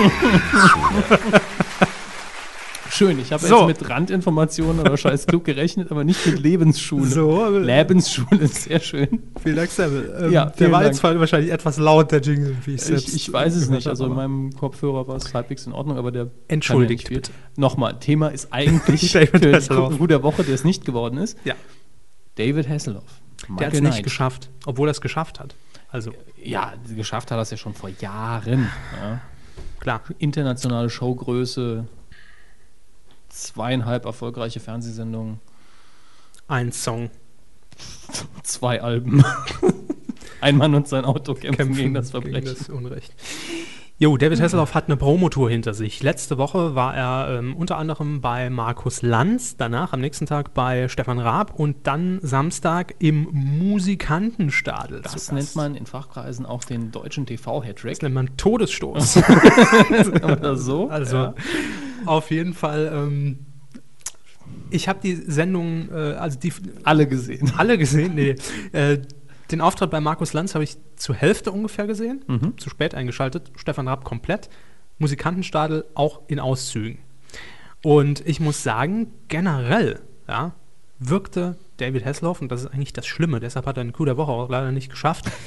Schön, ich habe So. jetzt mit Randinformationen oder scheiß klug gerechnet, aber nicht mit Lebensschule. So, äh, Lebensschule ist sehr schön. vielen Dank, Samuel. Ähm, Ja, der vielen war Dank. jetzt wahrscheinlich etwas laut, der Jingle, wie ich selbst Ich, ich weiß es gehört nicht, also habe, in aber- meinem Kopfhörer war es halbwegs in Ordnung, aber der Entschuldigt kann ja nicht bitte. viel. Nochmal, Thema ist eigentlich David für Hasselhoff. die Coup der Woche, der es nicht geworden ist. Ja, David Hasselhoff. der hat es Michael nicht Knight. geschafft, obwohl er es geschafft hat. Also, Ja, geschafft hat er es ja schon vor Jahren. Ja. klar. Internationale Showgröße, zweieinhalb erfolgreiche Fernsehsendungen, Ein Song. zwei Alben. Ein Mann und sein Auto kämpfen, Kämpfen gegen das Verbrechen. Gegen das Unrecht. Jo, David Hasselhoff hat eine Promotour hinter sich. Letzte Woche war er ähm, unter anderem bei Markus Lanz, danach am nächsten Tag bei Stefan Raab und dann Samstag im Musikantenstadel. Das zu nennt Gast. man in Fachkreisen auch den deutschen T V-Hattrick. Das nennt man Todesstoß. Oder so. Also ja. auf jeden Fall, ähm, ich habe die Sendung, äh, also die Alle gesehen. alle gesehen, nee. Äh, den Auftritt bei Markus Lanz habe ich zur Hälfte ungefähr gesehen, Mhm. zu spät eingeschaltet, Stefan Raab komplett, Musikantenstadel auch in Auszügen. Und ich muss sagen, generell, ja, wirkte David Hasselhoff, und das ist eigentlich das Schlimme, deshalb hat er den Coup der Woche auch leider nicht geschafft,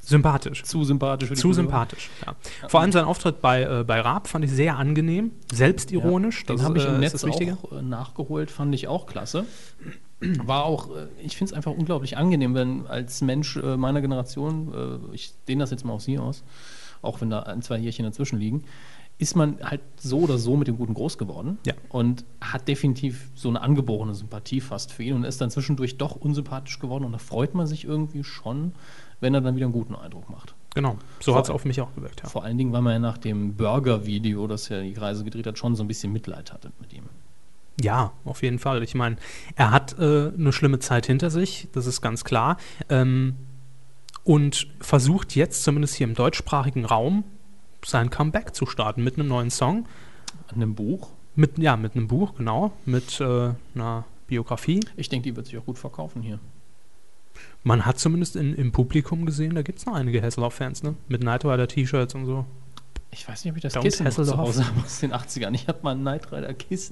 sympathisch. Zu sympathisch. Für die Zu Kultur. sympathisch, ja. Vor allem sein Auftritt bei, äh, bei Raab fand ich sehr angenehm, selbstironisch. Ja, den das habe ich äh, im ist Netz das Wichtige. auch äh, nachgeholt, fand ich auch klasse. War auch, äh, ich finde es einfach unglaublich angenehm, wenn als Mensch äh, meiner Generation, äh, ich dehne das jetzt mal auf Sie aus, auch wenn da ein, zwei Jährchen dazwischen liegen, ist man halt so oder so mit dem Guten groß geworden Ja. und hat definitiv so eine angeborene Sympathie fast für ihn und ist dann zwischendurch doch unsympathisch geworden und da freut man sich irgendwie schon, wenn er dann wieder einen guten Eindruck macht. Genau, so Vor- hat es auf mich auch gewirkt. Ja. Vor allen Dingen, weil man ja nach dem Burger-Video, das ja die Kreise gedreht hat, schon so ein bisschen Mitleid hatte mit ihm. Ja, auf jeden Fall. Ich meine, er hat äh, eine schlimme Zeit hinter sich, das ist ganz klar. Ähm, und versucht jetzt zumindest hier im deutschsprachigen Raum sein Comeback zu starten mit einem neuen Song. An einem Buch. Mit, ja, mit einem Buch, genau. Mit äh, einer Biografie. Ich denke, die wird sich auch gut verkaufen hier. Man hat zumindest in, im Publikum gesehen, da gibt es noch einige Hasselhoff-Fans, ne? Mit Knight Rider-T-Shirts und so. Ich weiß nicht, ob ich das Don't Kissen noch zu Hasselhoff. Hause habe aus den achtzigern. Ich hatte mal ein Knight Rider Kissen.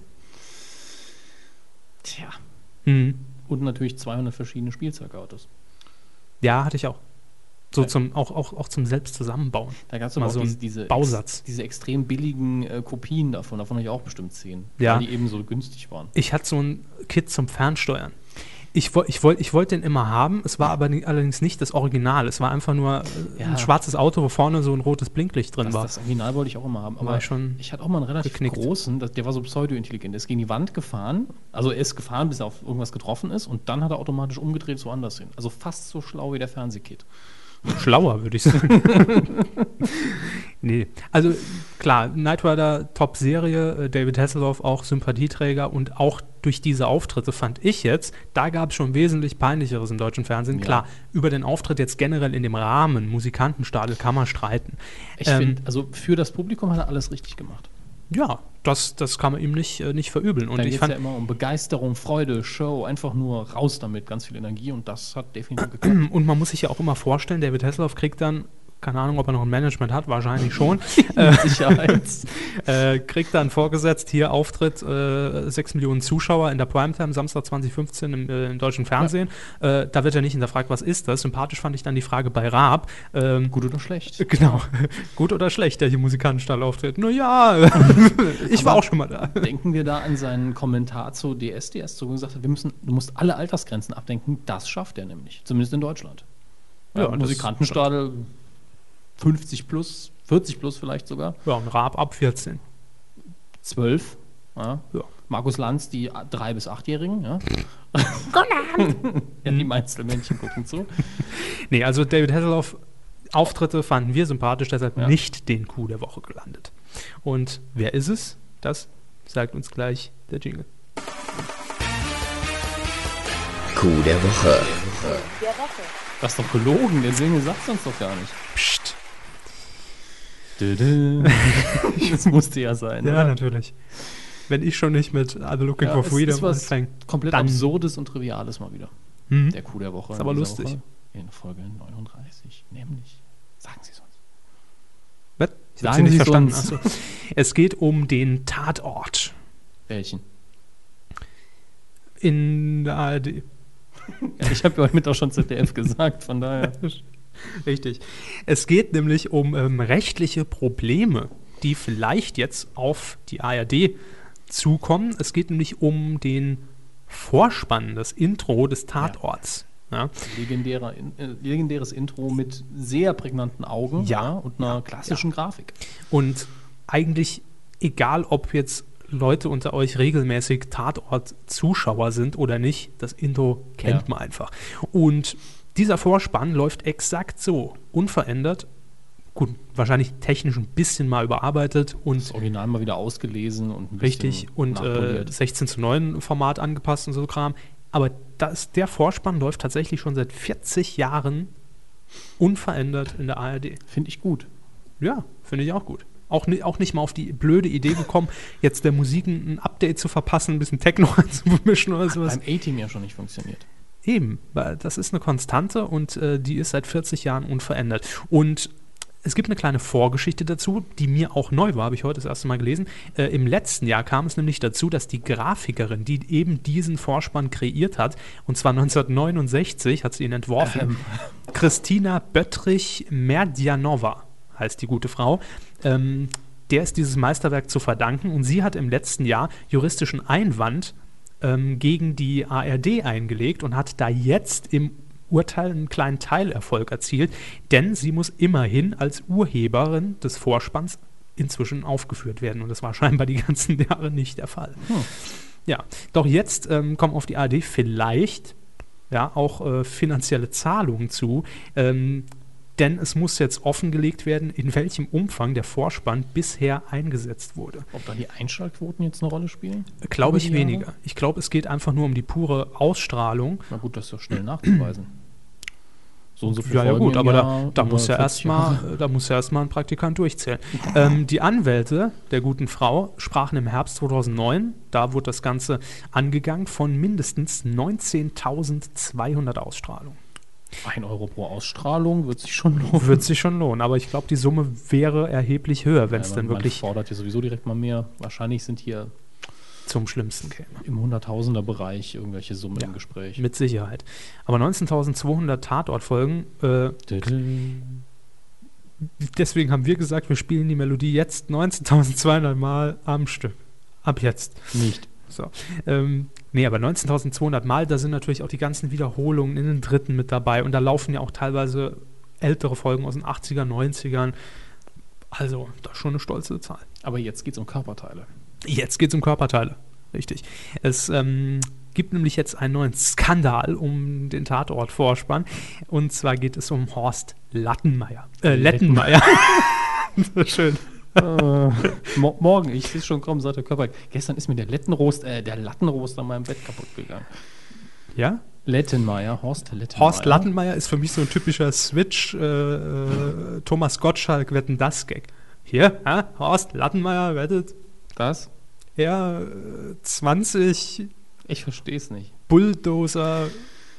Tja. Mhm. Und natürlich zweihundert verschiedene Spielzeugautos. Ja, hatte ich auch. So Ja. zum, auch, auch, auch zum Selbstzusammenbauen. Da gab es Mal aber auch so diese, ein diese, Bausatz. diese extrem billigen äh, Kopien davon. Davon habe ich auch bestimmt zehn. Ja. Weil die eben so günstig waren. Ich hatte so ein Kit zum Fernsteuern. Ich, woll, ich, woll, ich wollte den immer haben, es war aber ni- allerdings nicht das Original. Es war einfach nur äh, Ja. ein schwarzes Auto, wo vorne so ein rotes Blinklicht drin Das, war. das Original wollte ich auch immer haben. War Aber ich schon ich hatte auch mal einen relativ geknickt. großen, das, der war so pseudo-intelligent. Der ist gegen die Wand gefahren. Also er ist gefahren, bis er auf irgendwas getroffen ist. Und dann hat er automatisch umgedreht so anders hin. Also fast so schlau wie der Fernsehkit. Schlauer, würde ich sagen. Nee, also klar, Knight Rider Top-Serie, äh, David Hasselhoff auch Sympathieträger und auch durch diese Auftritte fand ich jetzt, da gab es schon wesentlich Peinlicheres im deutschen Fernsehen. Ja. Klar, über den Auftritt jetzt generell in dem Rahmen, Musikantenstadel, kann man streiten. Ich Ähm, finde, also für das Publikum hat er alles richtig gemacht. Ja, das, das kann man ihm nicht, äh, nicht verübeln. Und Da ich geht es fand, ja immer um Begeisterung, Freude, Show, einfach nur raus damit, ganz viel Energie und das hat definitiv geklappt. und man muss sich ja auch immer vorstellen, David Hasselhoff kriegt dann, keine Ahnung, ob er noch ein Management hat, wahrscheinlich schon, Mit Sicherheit. äh, kriegt dann vorgesetzt, hier Auftritt, äh, sechs Millionen Zuschauer in der Primetime, Samstag zwanzig fünfzehn im, äh, im deutschen Fernsehen. Äh, da wird er nicht hinterfragt, was ist das? Sympathisch fand ich dann die Frage bei Raab. Ähm, Gut oder schlecht? Genau. Gut oder schlecht, der hier Musikantenstall auftritt? Naja, ich war Aber auch schon mal da. Denken wir da an seinen Kommentar zu D S D S, wo er gesagt hat, wir müssen, du musst alle Altersgrenzen abdenken. Das schafft er nämlich, zumindest in Deutschland. Ja, Ja, das- Musikantenstadel fünfzig plus, vierzig plus vielleicht sogar, Ja, und Raab ab vierzehn. zwölf. Ja. Ja. Markus Lanz, die drei- bis achtjährigen. Ja. ja, die Mainzelmännchen gucken zu. Nee, also David Hasselhoff Auftritte fanden wir sympathisch, deshalb Ja. nicht den Coup der Woche gelandet. Und wer ist es? Das sagt uns gleich der Jingle. Coup der Woche. Das ist doch gelogen, der Single sagt uns doch gar nicht. Psst. Das musste ja sein. Ja, oder? natürlich. Wenn ich schon nicht mit Are They Looking Ja, for es Freedom ist was anfange. komplett Dann- Absurdes und Triviales mal wieder. Mhm. Der Coup der Woche. Ist in aber dieser lustig. Woche in Folge neununddreißig. Nämlich, sagen Sie es uns. Was? Ich hab Sagen Sie nicht Sie verstanden. sonst. Ach so. Es geht um den Tatort Welchen? in der A R D. Ja, ich habe ja heute Mittag auch schon Z D F gesagt, von daher. Richtig. Es geht nämlich um ähm, rechtliche Probleme, die vielleicht jetzt auf die A R D zukommen. Es geht nämlich um den Vorspann, das Intro des Tatorts. Ja. Legendärer, In- äh, legendäres Intro mit sehr prägnanten Augen Ja. und einer klassischen Grafik. Und eigentlich egal, ob jetzt Leute unter euch regelmäßig Tatort-Zuschauer sind oder nicht, das Intro kennt Ja. man einfach. Und dieser Vorspann läuft exakt so, unverändert. Gut, wahrscheinlich technisch ein bisschen mal überarbeitet und Das Original mal wieder ausgelesen und ein bisschen richtig und äh, nachpoliert. sechzehn zu neun Format angepasst und so Kram. Aber das, der Vorspann läuft tatsächlich schon seit vierzig Jahren unverändert in der A R D. Finde ich gut. Ja, finde ich auch gut. Auch, ni- auch nicht mal auf die blöde Idee gekommen, jetzt der Musik ein, ein Update zu verpassen, ein bisschen Techno einzumischen oder sowas. Beim A-Team ja schon nicht funktioniert. Eben, weil das ist eine Konstante und äh, die ist seit vierzig Jahren unverändert. Und Es gibt eine kleine Vorgeschichte dazu, die mir auch neu war, habe ich heute das erste Mal gelesen. Äh, Im letzten Jahr kam es nämlich dazu, dass die Grafikerin, die eben diesen Vorspann kreiert hat, und zwar neunzehnhundertneunundsechzig hat sie ihn entworfen, ähm. Christina Böttrich-Merdjanova heißt die gute Frau, ähm, der ist dieses Meisterwerk zu verdanken und sie hat im letzten Jahr juristischen Einwand ähm, gegen die A R D eingelegt und hat da jetzt im Urteil einen kleinen Teilerfolg erzielt, denn sie muss immerhin als Urheberin des Vorspanns inzwischen aufgeführt werden und das war scheinbar die ganzen Jahre nicht der Fall. Hm. Ja, doch jetzt ähm, kommen auf die A R D vielleicht ja auch äh, finanzielle Zahlungen zu, ähm, denn es muss jetzt offengelegt werden, in welchem Umfang der Vorspann bisher eingesetzt wurde. Ob da die Einschaltquoten jetzt eine Rolle spielen? Glaube ich weniger. Ich glaube, es geht einfach nur um die pure Ausstrahlung. Na gut, das ist doch schnell nachzuweisen. So und so viele ja, ja Folgen gut, im aber Jahr, da, da, muss ja erstmal, da muss ja erstmal ein Praktikant durchzählen. Ähm, die Anwälte der guten Frau sprachen im Herbst zweitausendneun, da wurde das Ganze angegangen, von mindestens neunzehntausendzweihundert Ausstrahlungen. Ein Euro pro Ausstrahlung wird sich schon lohnen. Wird sich schon lohnen, aber ich glaube, die Summe wäre erheblich höher, wenn es ja, dann wirklich... Man fordert ja sowieso direkt mal mehr. Wahrscheinlich sind hier zum Schlimmsten käme. Im Hunderttausender-Bereich irgendwelche Summen ja, im Gespräch. Mit Sicherheit. Aber neunzehntausendzweihundert Tatortfolgen, äh, deswegen haben wir gesagt, wir spielen die Melodie jetzt neunzehntausendzweihundert Mal am Stück. Ab jetzt. Nicht. So. Ähm, nee, aber neunzehntausendzweihundert Mal, da sind natürlich auch die ganzen Wiederholungen in den Dritten mit dabei und da laufen ja auch teilweise ältere Folgen aus den achtziger, neunzigern. Also, das ist schon eine stolze Zahl. Aber jetzt geht es um Körperteile. Jetzt geht es um Körperteile, richtig. Es ähm, gibt nämlich jetzt einen neuen Skandal um den Tatort-Vorspann. Und zwar geht es um Horst Lattenmeier. Äh, Lettenmeier. Schön. äh, mo- morgen, ich sehe es schon kommen, sagt der Körper. Gestern ist mir der Lettenrost, äh, der Lattenrost an meinem Bett kaputt gegangen. Ja? Lettenmeier, Horst Lettenmeier. Horst Lattenmeier ist für mich so ein typischer Switch, äh, äh, Thomas Gottschalk, wetten das Gag. Hier, äh, Horst Lattenmeier wettet. Das? Ja, äh, zwanzig. Ich verstehe es nicht. Bulldozer.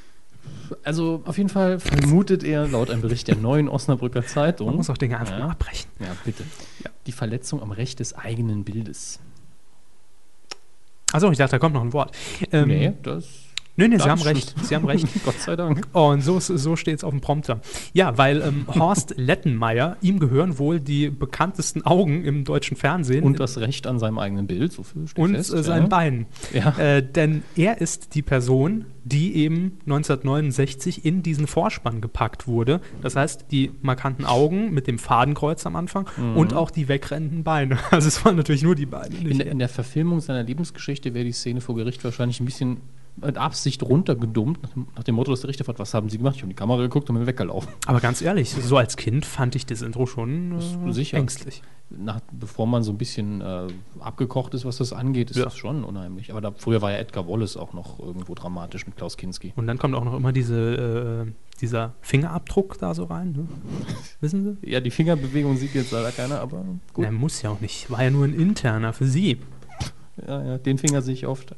Also auf jeden Fall vermutet er, laut einem Bericht der Neuen Osnabrücker Zeitung. Man muss auch Dinge einfach ja, mal abbrechen. Ja, bitte. Ja. Die Verletzung am Recht des eigenen Bildes. Achso, ich dachte, da kommt noch ein Wort. Ähm, nee, das... Nee, nee, Sie haben recht. Sie haben recht. Gott sei Dank. Und so, so steht es auf dem Prompter. Ja, weil ähm, Horst Lettenmeier, ihm gehören wohl die bekanntesten Augen im deutschen Fernsehen. Und das Recht an seinem eigenen Bild, so viel steht Und fest, äh, sein ja. Bein. Ja. Äh, denn er ist die Person, die eben neunzehnhundertneunundsechzig in diesen Vorspann gepackt wurde. Das heißt, die markanten Augen mit dem Fadenkreuz am Anfang mhm. und auch die wegrennenden Beine. Also es waren natürlich nur die Beine. Nicht in, der, in der Verfilmung seiner Lebensgeschichte wäre die Szene vor Gericht wahrscheinlich ein bisschen mit Absicht runtergedummt, nach dem, nach dem Motto, dass der Richter fragt, was haben Sie gemacht? Ich habe in die Kamera geguckt und bin weggelaufen. Aber ganz ehrlich, so als Kind fand ich das Intro schon äh, sicher ängstlich. Nach, bevor man so ein bisschen äh, abgekocht ist, was das angeht, ist ja. das schon unheimlich. Aber da, früher war ja Edgar Wallace auch noch irgendwo dramatisch mit Klaus Kinski. Und dann kommt auch noch immer diese, äh, dieser Fingerabdruck da so rein. Ne? Wissen Sie? Ja, die Fingerbewegung sieht jetzt leider keiner, aber gut. Na, muss ja auch nicht. War ja nur ein interner für Sie. Ja, ja, den Finger sehe ich oft.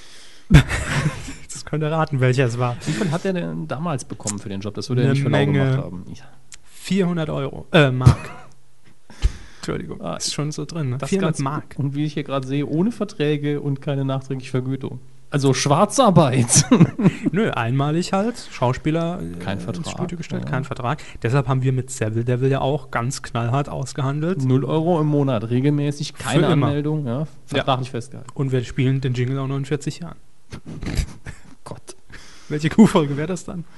Das könnt ihr raten, welcher es war. Wie viel hat er denn damals bekommen für den Job? Das würde er Eine nicht für lau Menge. gemacht haben. Ja. vierhundert Euro. Äh, Mark. Entschuldigung, Ah, ist schon so drin. Ne? Das vierhundert ganz, Mark. Und wie ich hier gerade sehe, ohne Verträge und keine nachträgliche Vergütung. Also Schwarzarbeit. Nö, einmalig halt. Schauspieler Kein äh, Vertrag. ins Studio gestellt, Ja. kein Vertrag. Deshalb haben wir mit Seville Devil ja auch ganz knallhart ausgehandelt. null Euro im Monat, regelmäßig, keine Für immer. Anmeldung, ja, vertraglich festgehalten. Und wir spielen den Jingle auch noch in vierzig Jahren. Gott. Welche Kuhfolge wäre das dann?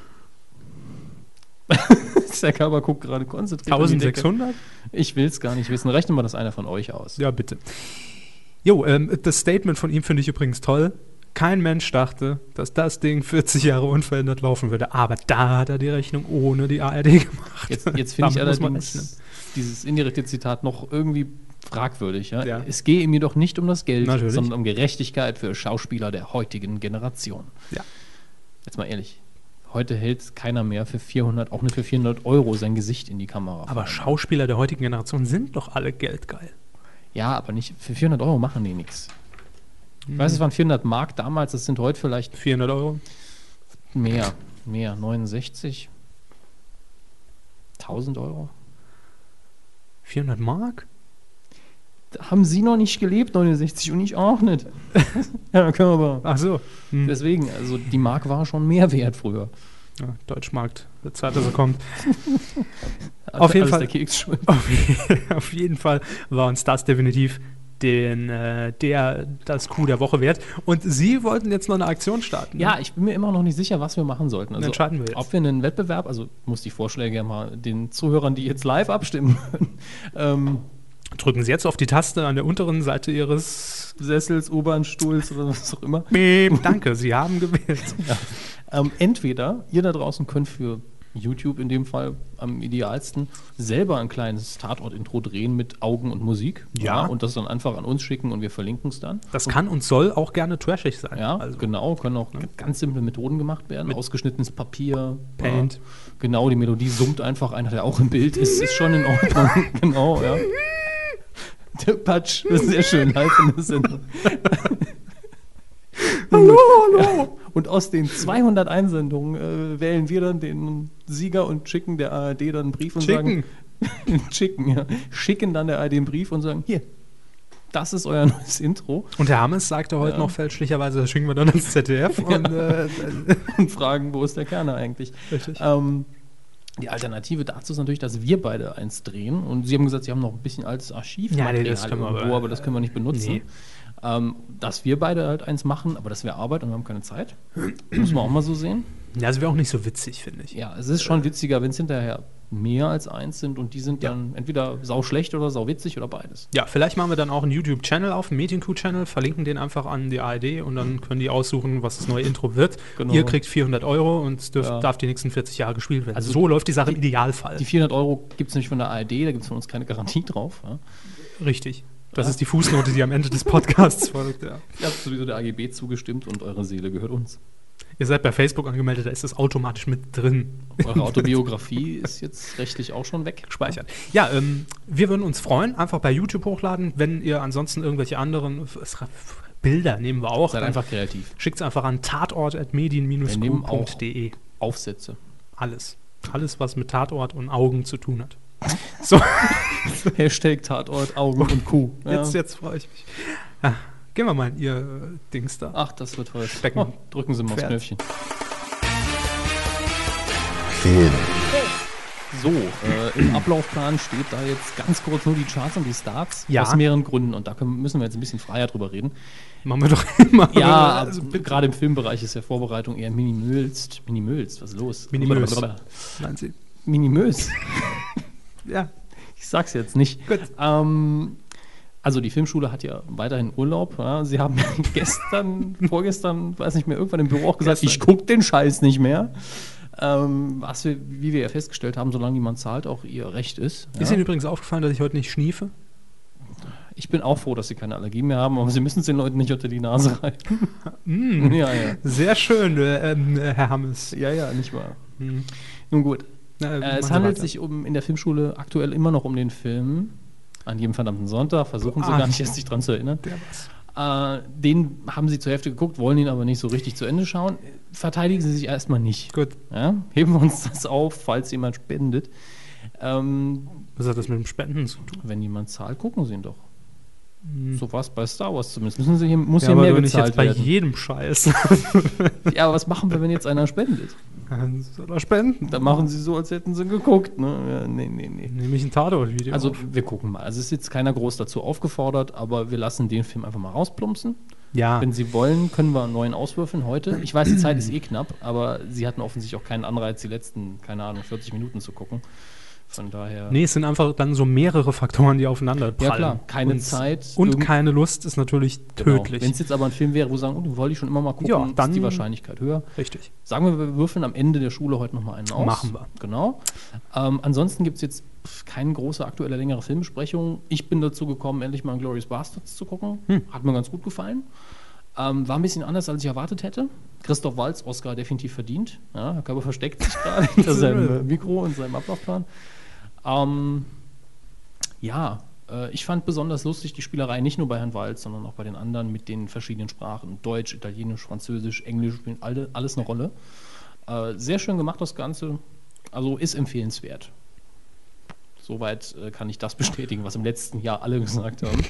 Der Körper guckt gerade konzentriert. eintausendsechshundert? Ich will es gar nicht wissen. Rechnen wir das einer von euch aus. Ja, bitte. Jo, ähm, das Statement von ihm finde ich übrigens toll. Kein Mensch dachte, dass das Ding vierzig Jahre unverändert laufen würde. Aber da hat er die Rechnung ohne die A R D gemacht. Jetzt, jetzt finde ich Damit muss man rechnen. allerdings dieses indirekte Zitat noch irgendwie fragwürdig. Ja? Ja. Es gehe ihm jedoch nicht um das Geld, Natürlich. sondern um Gerechtigkeit für Schauspieler der heutigen Generation. Ja. Jetzt mal ehrlich. Heute hält keiner mehr für vierhundert, auch nicht für vierhundert Euro sein Gesicht in die Kamera. Aber Schauspieler der heutigen Generation sind doch alle geldgeil. Ja, aber nicht für vierhundert Euro machen die nichts. Ich weiß, es waren vierhundert Mark damals, das sind heute vielleicht vierhundert Euro? mehr, mehr, neunundsechzig, tausend Euro. vierhundert Mark? Da haben Sie noch nicht gelebt, neunundsechzig, und ich auch nicht. Ja, können wir aber. Ach so. Hm. Deswegen, also die Mark war schon mehr wert früher. Ja, Deutschmarkt, der Zeit, dass er kommt. Hat Auf jeden alles Fall. der Keks schuld. Auf, auf jeden Fall war uns das definitiv den, äh, der, das Coup der Woche wert. Und Sie wollten jetzt noch eine Aktion starten. Ne? Ja, ich bin mir immer noch nicht sicher, was wir machen sollten. Also, entscheiden wir jetzt. Ob wir einen Wettbewerb, also muss die Vorschläge ja mal den Zuhörern, die jetzt live abstimmen können, ähm, Drücken Sie jetzt auf die Taste an der unteren Seite Ihres Sessels, U-Bahn-Stuhls oder was auch immer. Beep. Danke, Sie haben gewählt. Ja. Ähm, entweder ihr da draußen könnt für YouTube in dem Fall am idealsten selber ein kleines Tatort-Intro drehen mit Augen und Musik. Ja. Und das dann einfach an uns schicken und wir verlinken es dann. Das kann und soll auch gerne trashig sein. Ja, also, genau, können auch ganz simple Methoden gemacht werden. Mit ausgeschnittenes Papier, Paint. Ja, genau, die Melodie summt einfach einer, der auch im Bild ist, ist schon in Ordnung. Genau, ja. Der Patsch, das ist sehr schön, live in der Sendung. Hallo, hallo. Ja. Und aus den zweihundert Einsendungen äh, wählen wir dann den Sieger und schicken der A R D dann einen Brief und Chicken. sagen, schicken, ja, schicken dann der A R D einen Brief und sagen, hier, das ist euer neues Intro. Und der Hammes sagte heute Ja. noch fälschlicherweise, das schicken wir dann ins Z D F. Und, äh, Und fragen, wo ist der Kerner eigentlich? Richtig. Ähm, die Alternative dazu ist natürlich, dass wir beide eins drehen. Und Sie haben gesagt, Sie haben noch ein bisschen altes Archivmaterial Ja, nee, das können wir irgendwo, aber- aber das können wir nicht benutzen. Nee. Ähm, dass wir beide halt eins machen, aber das wäre Arbeit und wir haben keine Zeit. Muss man auch mal so sehen. ja, das wäre auch nicht so witzig, finde ich. Ja, es ist schon witziger, wenn es hinterher mehr als eins sind und die sind Ja. dann entweder sau schlecht oder sau witzig oder beides. Ja, vielleicht machen wir dann auch einen YouTube-Channel auf, einen Medienkuh-Channel, verlinken den einfach an die A R D und dann können die aussuchen, was das neue Intro wird. Genau. Ihr kriegt vierhundert Euro und es dürft, Ja. darf die nächsten vierzig Jahre gespielt werden. Also so läuft die Sache im Idealfall. Die vierhundert Euro gibt es nämlich von der A R D, da gibt es von uns keine Garantie drauf. Ja. Richtig. Das Ja. ist die Fußnote, die am Ende des Podcasts folgt. Ja. Ihr habt sowieso der A G B zugestimmt und eure Seele gehört uns. Ihr seid bei Facebook angemeldet, da ist das automatisch mit drin. Eure Autobiografie ist jetzt rechtlich auch schon weg. Gespeichert. Ja, ähm, wir würden uns freuen, einfach bei YouTube hochladen. Wenn ihr ansonsten irgendwelche anderen f- Bilder nehmen wir auch. Seid dann einfach kreativ. schickt es einfach an tatort at medien Wir nehmen auch punkt de. Aufsätze. Alles. Alles, was mit Tatort und Augen zu tun hat. So, Hashtag Tatort, Augen und Kuh. Ja. jetzt, jetzt freue ich mich. Ah, gehen wir mal in ihr äh, Dings da. Ach, das wird toll. Stecken. Oh, drücken Sie mal aufs Pferd. Knöpfchen. Film, So, äh, im Ablaufplan steht da jetzt ganz kurz nur die Charts und die Starts. Ja. Aus mehreren Gründen. Und da können, müssen wir jetzt ein bisschen freier drüber reden. Machen wir doch immer. Ja, also, also, gerade im Filmbereich ist ja Vorbereitung eher minimölst. Minimölst, was ist los? Minimös. Nein, sie. Minimös. Ja, Ich sag's jetzt nicht. gut. Ähm, also die Filmschule hat ja weiterhin Urlaub. Ja. Sie haben gestern, vorgestern, weiß nicht mehr, irgendwann im Büro auch gesagt, Gestern. ich guck den Scheiß nicht mehr. Ähm, was wir, wie wir ja festgestellt haben, solange niemand zahlt, auch ihr Recht ist. Ist Ja. Ihnen übrigens aufgefallen, dass ich heute nicht schniefe? Ich bin auch froh, dass Sie keine Allergie mehr haben, aber Sie müssen es den Leuten nicht unter die Nase reiten. Mm, Ja, ja. sehr schön, äh, ähm, äh, Herr Hammes. Ja, ja, nicht wahr. Hm. Nun gut. Na, Äh, machen es Sie handelt weiter. sich um in der Filmschule aktuell immer noch um den Film An jedem verdammten Sonntag. Versuchen Sie Ah. gar nicht erst sich dran zu erinnern. Der was. Äh, den haben Sie zur Hälfte geguckt, wollen ihn aber nicht so richtig zu Ende schauen. Verteidigen Sie sich erstmal nicht. Gut. Ja? Heben wir uns das auf, falls jemand spendet. Ähm, Was hat das mit dem Spenden zu tun? wenn jemand zahlt, gucken Sie ihn doch. So war es bei Star Wars zumindest. Müssen Sie hier, muss Ja, hier aber mehr doch nicht gezahlt jetzt bei werden. jedem Scheiß. Ja, aber was machen wir, wenn jetzt einer spendet? Soll er spenden? Dann machen Sie so, als hätten Sie geguckt. Ne? Ja, nee, nee, nee. Nehme ich ein Tatort-Video Also auf. wir gucken mal. Also es ist jetzt keiner groß dazu aufgefordert, aber wir lassen den Film einfach mal rausplumpsen. Ja, Wenn Sie wollen, können wir einen neuen auswürfeln heute. Ich weiß, die Zeit ist eh knapp, aber Sie hatten offensichtlich auch keinen Anreiz, die letzten, keine Ahnung, vierzig Minuten zu gucken. Von daher. nee, es sind einfach dann so mehrere Faktoren, die aufeinander prallen. Ja klar, keine und, Zeit. Und irgend- keine Lust ist natürlich Genau. tödlich. Wenn es jetzt aber ein Film wäre, wo Sie sagen, oh, den wollte ich schon immer mal gucken, Ja, dann- ist die Wahrscheinlichkeit höher. Richtig. Sagen wir, wir würfeln am Ende der Schule heute nochmal einen aus. Machen wir. Genau. Ähm, ansonsten gibt es jetzt pf, keine große aktuelle längere Filmbesprechung. Ich bin dazu gekommen, endlich mal Inglourious Bastards zu gucken. Hm. Hat mir ganz gut gefallen. Ähm, war ein bisschen anders, als ich erwartet hätte. Christoph Waltz, Oscar definitiv verdient. Ja, Herr Körber versteckt sich gerade hinter seinem äh, Mikro und seinem Ablaufplan. Ähm, ja, äh, ich fand besonders lustig die Spielerei nicht nur bei Herrn Waltz, sondern auch bei den anderen mit den verschiedenen Sprachen. Deutsch, Italienisch, Französisch, Englisch spielen alle, alles eine Rolle. Äh, sehr schön gemacht das Ganze. Also ist empfehlenswert. Soweit äh, kann ich das bestätigen, was im letzten Jahr alle gesagt haben.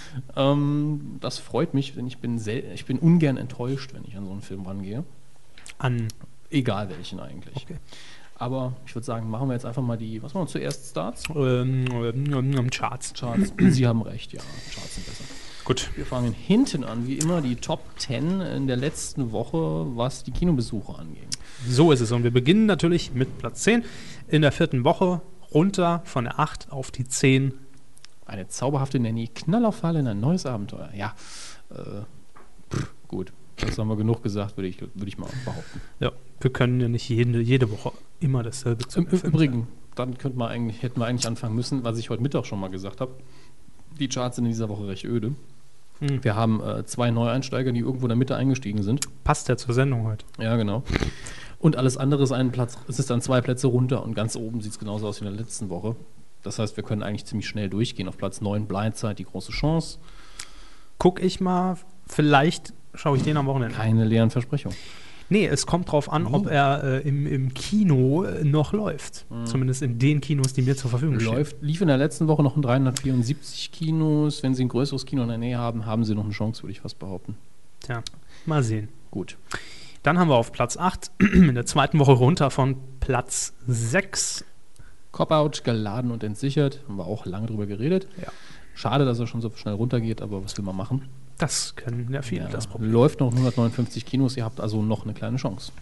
Ähm, das freut mich, denn ich bin, sel- ich bin ungern enttäuscht, wenn ich an so einen Film rangehe. An. Egal welchen eigentlich. Okay. Aber ich würde sagen, machen wir jetzt einfach mal die, was machen wir zuerst, Starts? Ähm, ähm, Charts. Charts. Sie haben recht, ja, Charts sind besser. Gut. Wir fangen hinten an, wie immer, die Top zehn in der letzten Woche, was die Kinobesuche anging. So ist es. Und wir beginnen natürlich mit Platz zehn. In der vierten Woche runter von der acht auf die zehn. Eine zauberhafte Nanny, Knall auf Fall in ein neues Abenteuer. Ja, äh, pff, gut. Das haben wir genug gesagt, würde ich, würde ich mal behaupten. Ja, wir können ja nicht jede, jede Woche immer dasselbe zu Im Übrigen, dann könnte man eigentlich, hätten wir eigentlich anfangen müssen, was ich heute Mittag schon mal gesagt habe. Die Charts sind in dieser Woche recht öde. Hm. Wir haben äh, zwei Neueinsteiger, die irgendwo in der Mitte eingestiegen sind. Passt ja zur Sendung heute. Ja, genau. Und alles andere ist ein Platz, es ist dann zwei Plätze runter und ganz oben sieht es genauso aus wie in der letzten Woche. Das heißt, wir können eigentlich ziemlich schnell durchgehen. Auf Platz neun Blindside, die große Chance. Guck ich mal, vielleicht schaue ich den am Wochenende. Keine leeren Versprechungen. Nee, es kommt drauf an, ob er äh, im, im Kino äh, noch läuft. Mhm. Zumindest in den Kinos, die mir zur Verfügung stehen. Läuft, lief in der letzten Woche noch in dreihundertvierundsiebzig Kinos. Wenn Sie ein größeres Kino in der Nähe haben, haben Sie noch eine Chance, würde ich fast behaupten. Tja, mal sehen. Gut. Dann haben wir auf Platz acht in der zweiten Woche runter von Platz sechs. Cop-Out, geladen und entsichert. Haben wir auch lange drüber geredet. Ja. Schade, dass er schon so schnell runtergeht, aber was will man machen? Das können ja viele, Ja, das Problem. läuft noch hundertneunundfünfzig Kinos, ihr habt also noch eine kleine Chance.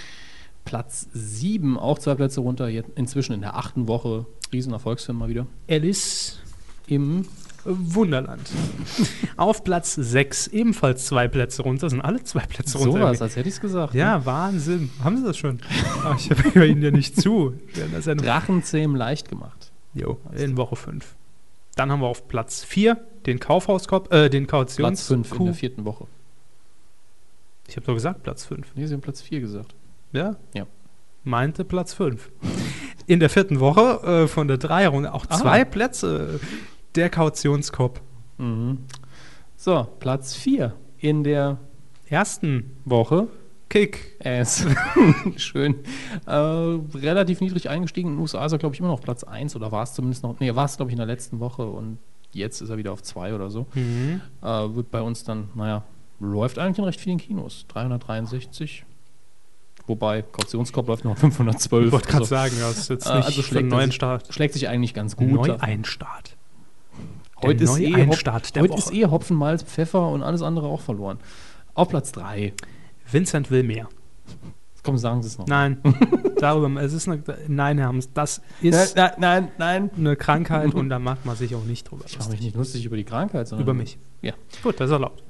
Platz sieben, auch zwei Plätze runter, jetzt inzwischen in der achten Woche. Riesenerfolgsfilm mal wieder. Alice Im Wunderland. Auf Platz sechs, ebenfalls zwei Plätze runter, sind alle zwei Plätze runter. sowas, als hätte ich es gesagt. Ja, Wahnsinn. Haben Sie das schon? Ach, ich höre Ihnen ja nicht zu. Ne? Drachenzähm leicht gemacht. Jo, in Woche fünf. Dann haben wir auf Platz vier den Kaufhauskopf, äh, den Kautions... Platz fünf in der vierten Woche. Ich habe doch gesagt Platz fünf. Nee, Sie haben Platz vier gesagt. Ja? Ja. Meinte Platz fünf. In der vierten Woche äh, von der Dreierrunde auch Ah. zwei Plätze. Der Kautionskopf. Mhm. So, Platz vier in der Ersten Woche. Kick. Es. Schön. Äh, relativ niedrig eingestiegen. In den U S A ist er, glaube ich, immer noch auf Platz eins oder war es zumindest noch. Nee, war es, glaube ich, in der letzten Woche und jetzt ist er wieder auf zwei oder so. Mhm. Äh, wird bei uns dann, naja, läuft eigentlich in recht vielen Kinos. dreihundertdreiundsechzig. Wobei, Kautionskopf läuft noch fünfhundertzwölf. Ich wollte gerade also, sagen, das ist jetzt äh, nicht also für schlägt, einen er neuen sich, Start. schlägt sich eigentlich ganz gut. Neueinstart. Heute, Der ist eh, Neueinstart Hop der heute Woche. ist eh Hopfen, Malz, Pfeffer und alles andere auch verloren. Auf Platz drei. Vincent will mehr. Komm, sagen Sie es noch. Nein, darüber, es ist eine, nein, Herr Hammes, das ist nein, nein, nein. eine Krankheit und da macht man sich auch nicht drüber Ich mache mich nicht lustig über die Krankheit, sondern Über mich. Ja. Gut, das ist erlaubt.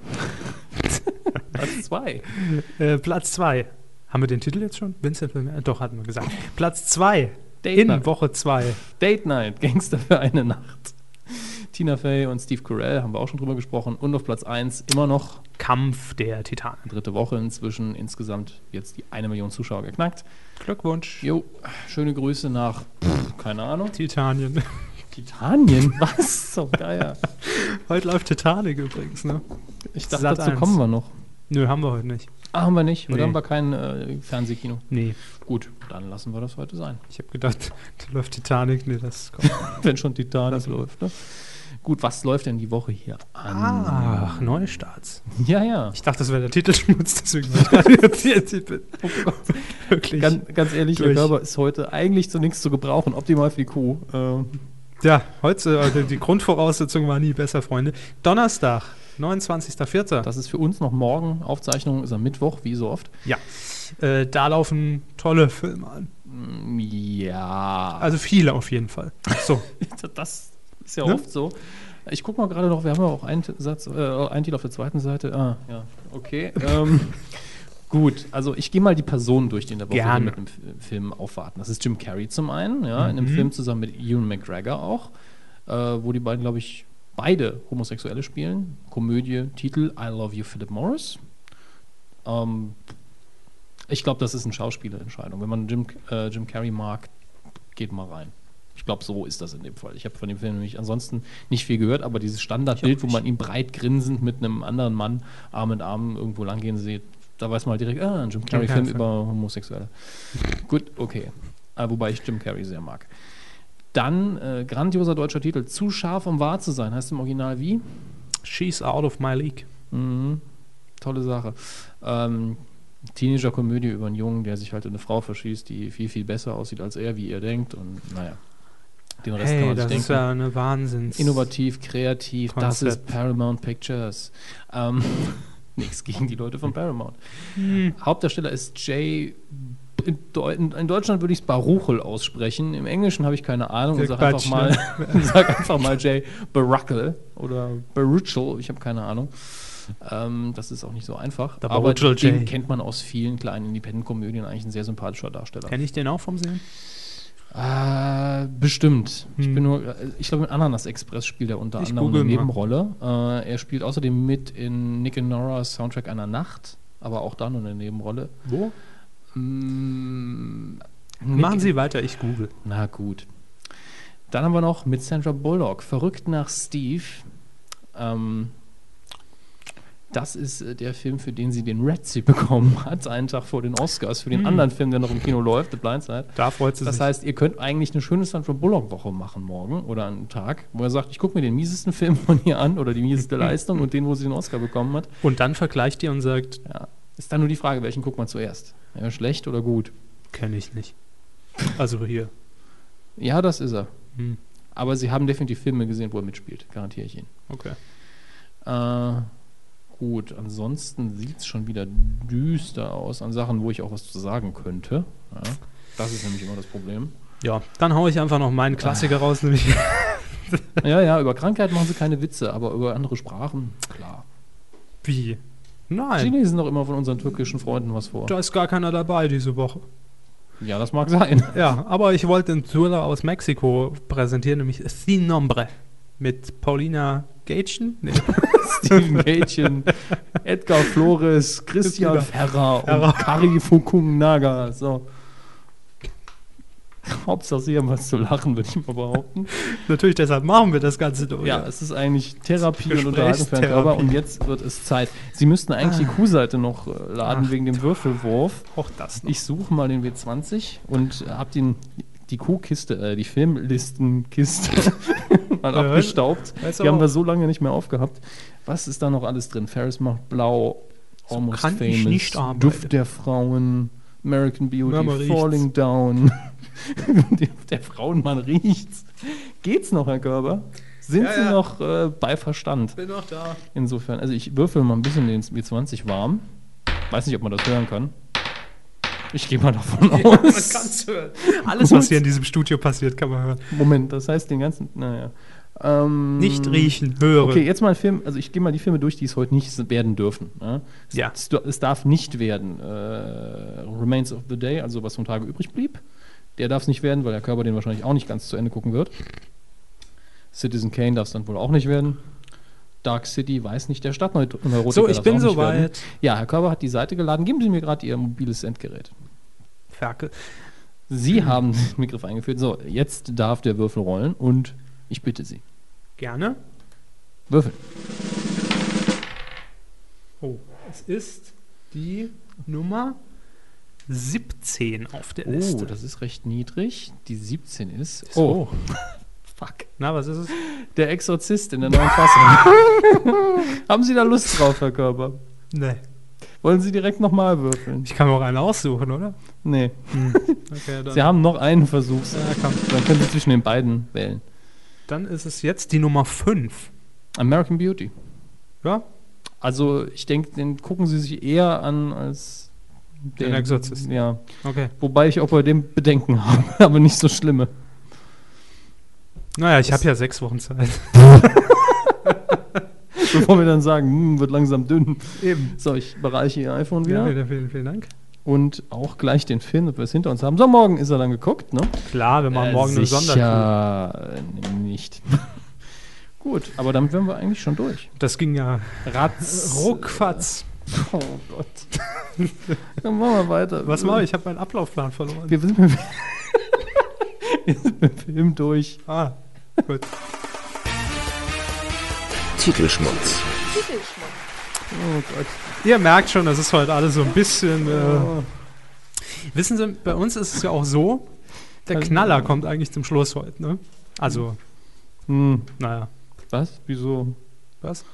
Platz zwei. Äh, Platz zwei. Haben wir den Titel jetzt schon? Vincent will mehr? Doch, hatten wir gesagt. Platz zwei. Date In Night. Woche zwei. Date Night, Gangster für eine Nacht. Tina Fey und Steve Carell haben wir auch schon drüber gesprochen. Und auf Platz eins immer noch Kampf der Titanen. dritte Woche inzwischen. Insgesamt jetzt die eine Million Zuschauer geknackt. Glückwunsch. Jo, schöne Grüße nach, pff, keine Ahnung. Titanien. Titanien? Was? So geil. Heute läuft Titanic übrigens, ne? Ich dachte, Sat dazu eins. kommen wir noch. Nö, haben wir heute nicht. Ah, haben wir nicht? Oder Nee. haben wir kein äh, Fernsehkino? Nee. Gut, dann lassen wir das heute sein. Ich habe gedacht, da läuft Titanic. Nee, das kommt. Wenn schon Titanic läuft, ne? Gut, was läuft denn die Woche hier an? Ach, Neustarts. Ja, ja. Ich dachte, das wäre der Titelschmutz, deswegen war ich gerade jetzt hier. Jetzt bin. Oh Gott. Wirklich. Ganz, ganz ehrlich, Durch. der Körper ist heute eigentlich zu nichts zu gebrauchen. Optimal für die Kuh. Ähm, Ja, heute, äh, die Grundvoraussetzung war nie besser, Freunde. Donnerstag, neunundzwanzigster vierter das ist für uns noch morgen. Aufzeichnung ist am Mittwoch, wie so oft. Ja, äh, da laufen tolle Filme an. Mm, Ja. Also viele auf jeden Fall. So, das ist ja Ne? oft so. Ich gucke mal gerade noch, wir haben ja auch einen Satz, äh, einen Titel auf der zweiten Seite. Ah, ja, okay. ähm, gut, also ich gehe mal die Personen durch, die in der Woche Gerne. mit dem F- Film aufwarten. Das ist Jim Carrey zum einen, ja, in einem Mhm. Film zusammen mit Ewan McGregor auch, äh, wo die beiden, glaube ich, beide Homosexuelle spielen. Komödie, Titel I Love You, Philip Morris. Ähm, ich glaube, das ist eine Schauspielerentscheidung. Wenn man Jim, äh, Jim Carrey mag, geht mal rein. Ich glaube, so ist das in dem Fall. Ich habe von dem Film nämlich ansonsten nicht viel gehört, aber dieses Standardbild, wo man ihn breit grinsend mit einem anderen Mann Arm in Arm irgendwo langgehen sieht, da weiß man halt direkt, ah, ein Jim Carrey-Film Carrey-Film. über Homosexuelle. Gut, okay. Äh, wobei ich Jim Carrey sehr mag. Dann äh, grandioser deutscher Titel, Zu scharf, um wahr zu sein. Heißt im Original wie? She's out of my league. Mhm. Tolle Sache. Ähm, Teenager-Komödie über einen Jungen, der sich halt in eine Frau verschießt, die viel, viel besser aussieht als er, wie er denkt. Und naja, den Rest kann Hey, man sich das denken. ist ja eine Wahnsinns... Innovativ, kreativ, das ist Konzept. Paramount Pictures. Ähm, nichts gegen die Leute von Paramount. Hm. Hauptdarsteller ist Jay... In, Deu in Deutschland würde ich es Baruchel aussprechen. Im Englischen habe ich keine Ahnung. Und Der sag einfach, Quatsch, mal, ne? sag einfach mal Jay Baruchel oder Baruchel. Ich habe keine Ahnung. Ähm, das ist auch nicht so einfach. Der Aber Baruchel den Jay. kennt man aus vielen kleinen Independent-Komödien. Eigentlich ein sehr sympathischer Darsteller. Kenn ich den auch vom Sehen? Äh, bestimmt. Ich Hm. bin nur, äh, ich glaube, in Ananas Express spielt er unter Ich anderem google eine mal. Nebenrolle. Äh, er spielt außerdem mit in Nick and Nora's Soundtrack einer Nacht, aber auch da nur eine Nebenrolle. Wo? Mm, Machen Nick- Sie weiter, ich google. Na gut. Dann haben wir noch mit Sandra Bullock, Verrückt nach Steve. Ähm, das ist äh, der Film, für den sie den Razzie bekommen hat, einen Tag vor den Oscars, für den Hm. anderen Film, der noch im Kino läuft, The Blind Side. Da freut sie Das sich. heißt, ihr könnt eigentlich eine schöne Sandra Bullock-Woche machen morgen oder einen Tag, wo er sagt, ich gucke mir den miesesten Film von ihr an oder die mieseste Leistung und den, wo sie den Oscar bekommen hat. Und dann vergleicht ihr und sagt, Ja. Ist dann nur die Frage, welchen guckt man zuerst? Ja, schlecht oder gut? kenne ich nicht. Also hier. Ja, das ist er. Hm. Aber sie haben definitiv Filme gesehen, wo er mitspielt, garantiere ich Ihnen. Okay. Äh, gut, ansonsten sieht es schon wieder düster aus an Sachen, wo ich auch was zu sagen könnte. Ja, das ist nämlich immer das Problem. Ja, dann hau ich einfach noch meinen Klassiker raus, nämlich Ja, ja, über Krankheit machen sie keine Witze, aber über andere Sprachen, klar. wie? Nein, Sie lesen doch immer von unseren türkischen Freunden was vor. da ist gar keiner dabei diese Woche. Ja, das mag sein. Ja, aber ich wollte den Thriller aus Mexiko präsentieren, nämlich Sin Nombre mit Paulina Gaethjen. Nee. Steven Gätchen, Edgar Flores, Christian Ferrer Ferrer. und Kari Fukunaga. So. Hauptsache, sie haben was zu lachen, würde ich mal behaupten. Natürlich, deshalb machen wir das Ganze durch. Ja, es ist eigentlich Therapie und Unterhaltung für den Gesprächstherapie. Körper und jetzt wird es Zeit. Sie müssten eigentlich die Q-Seite noch äh, laden Ach, wegen dem Würfelwurf. auch das noch. Ich suche mal den W zwanzig und habe den die Q-Kiste, äh, die Filmlistenkiste mal Ja, abgestaubt. weiß Die haben auch. wir so lange nicht mehr aufgehabt. Was ist da noch alles drin? Ferris macht blau, So Almost kann ich Famous, nicht arbeiten. Duft der Frauen, American Beauty, Ja, man riecht's. Falling Down. Der Frauenmann riecht's. Geht's noch, Herr Körber? Sind Ja, Sie ja. noch äh, bei Verstand? Bin noch da. Insofern, also ich würfel mal ein bisschen den W zwanzig warm. Weiß nicht, ob man das hören kann. Ich gehe mal davon Ja, man aus. kann's hören. Alles, was hier in diesem Studio passiert, kann man hören. Moment, das heißt den ganzen, naja. Ähm, Nicht riechen, hören. Okay, jetzt mal ein Film, also ich gehe mal die Filme durch, die es heute nicht werden dürfen. Ja? Es, Ja. es, es darf nicht werden äh, Remains of the Day, also was vom Tage übrig blieb. Der darf es nicht werden, weil der Körper den wahrscheinlich auch nicht ganz zu Ende gucken wird. Citizen Kane darf es dann wohl auch nicht werden. Dark City weiß nicht, der Stadtneurotiker So, ich darf's bin auch nicht werden. soweit. Ja, Herr Körber hat die Seite geladen. Geben Sie mir gerade Ihr mobiles Endgerät. Ferkel. Sie haben den Begriff eingeführt. So, jetzt darf der Würfel rollen und ich bitte Sie. Gerne. Würfeln. Oh, es ist die Nummer siebzehn auf der Oh, Liste. das ist recht niedrig. Die siebzehn ist. Ist Oh, hoch. fuck. Na, was ist es? Der Exorzist in der neuen Fassung. Haben Sie da Lust drauf, Herr Körper? Nee. Wollen Sie direkt nochmal würfeln? Ich kann mir auch einen aussuchen, oder? Nee. Okay, dann, Sie haben noch einen Versuch. ja, komm. Dann können Sie zwischen den beiden wählen. Dann ist es jetzt die Nummer fünf. American Beauty. Ja? Also, ich denke, den gucken Sie sich eher an als Den Exorzisten. Ja. Okay. Wobei ich auch bei dem Bedenken habe, aber nicht so schlimme. Naja, ich habe ja sechs Wochen Zeit. Bevor wir dann sagen, hm, wird langsam dünn. Eben. So, ich bereiche Ihr iPhone Ja, wieder. wieder vielen, vielen Dank. Und auch gleich den Film, dass wir es hinter uns haben. So, morgen ist er dann geguckt, ne? Klar, wir machen morgen eine Sondertour. Sicher äh, nicht. Gut, aber damit wären wir eigentlich schon durch. Das ging ja ratz, ruckfatz. Oh Gott. Dann machen wir weiter. Was mache ich? Ich habe meinen Ablaufplan verloren. Wir sind mit, wir sind mit dem Film durch. Ah, gut. Titelschmutz. Oh Gott. Ihr merkt schon, das ist heute alles so ein bisschen. Äh, Oh. Wissen Sie, bei uns ist es ja auch so, Der Also- Knaller kommt eigentlich zum Schluss heute, ne? Also, Hm, naja. was? Wieso? Was?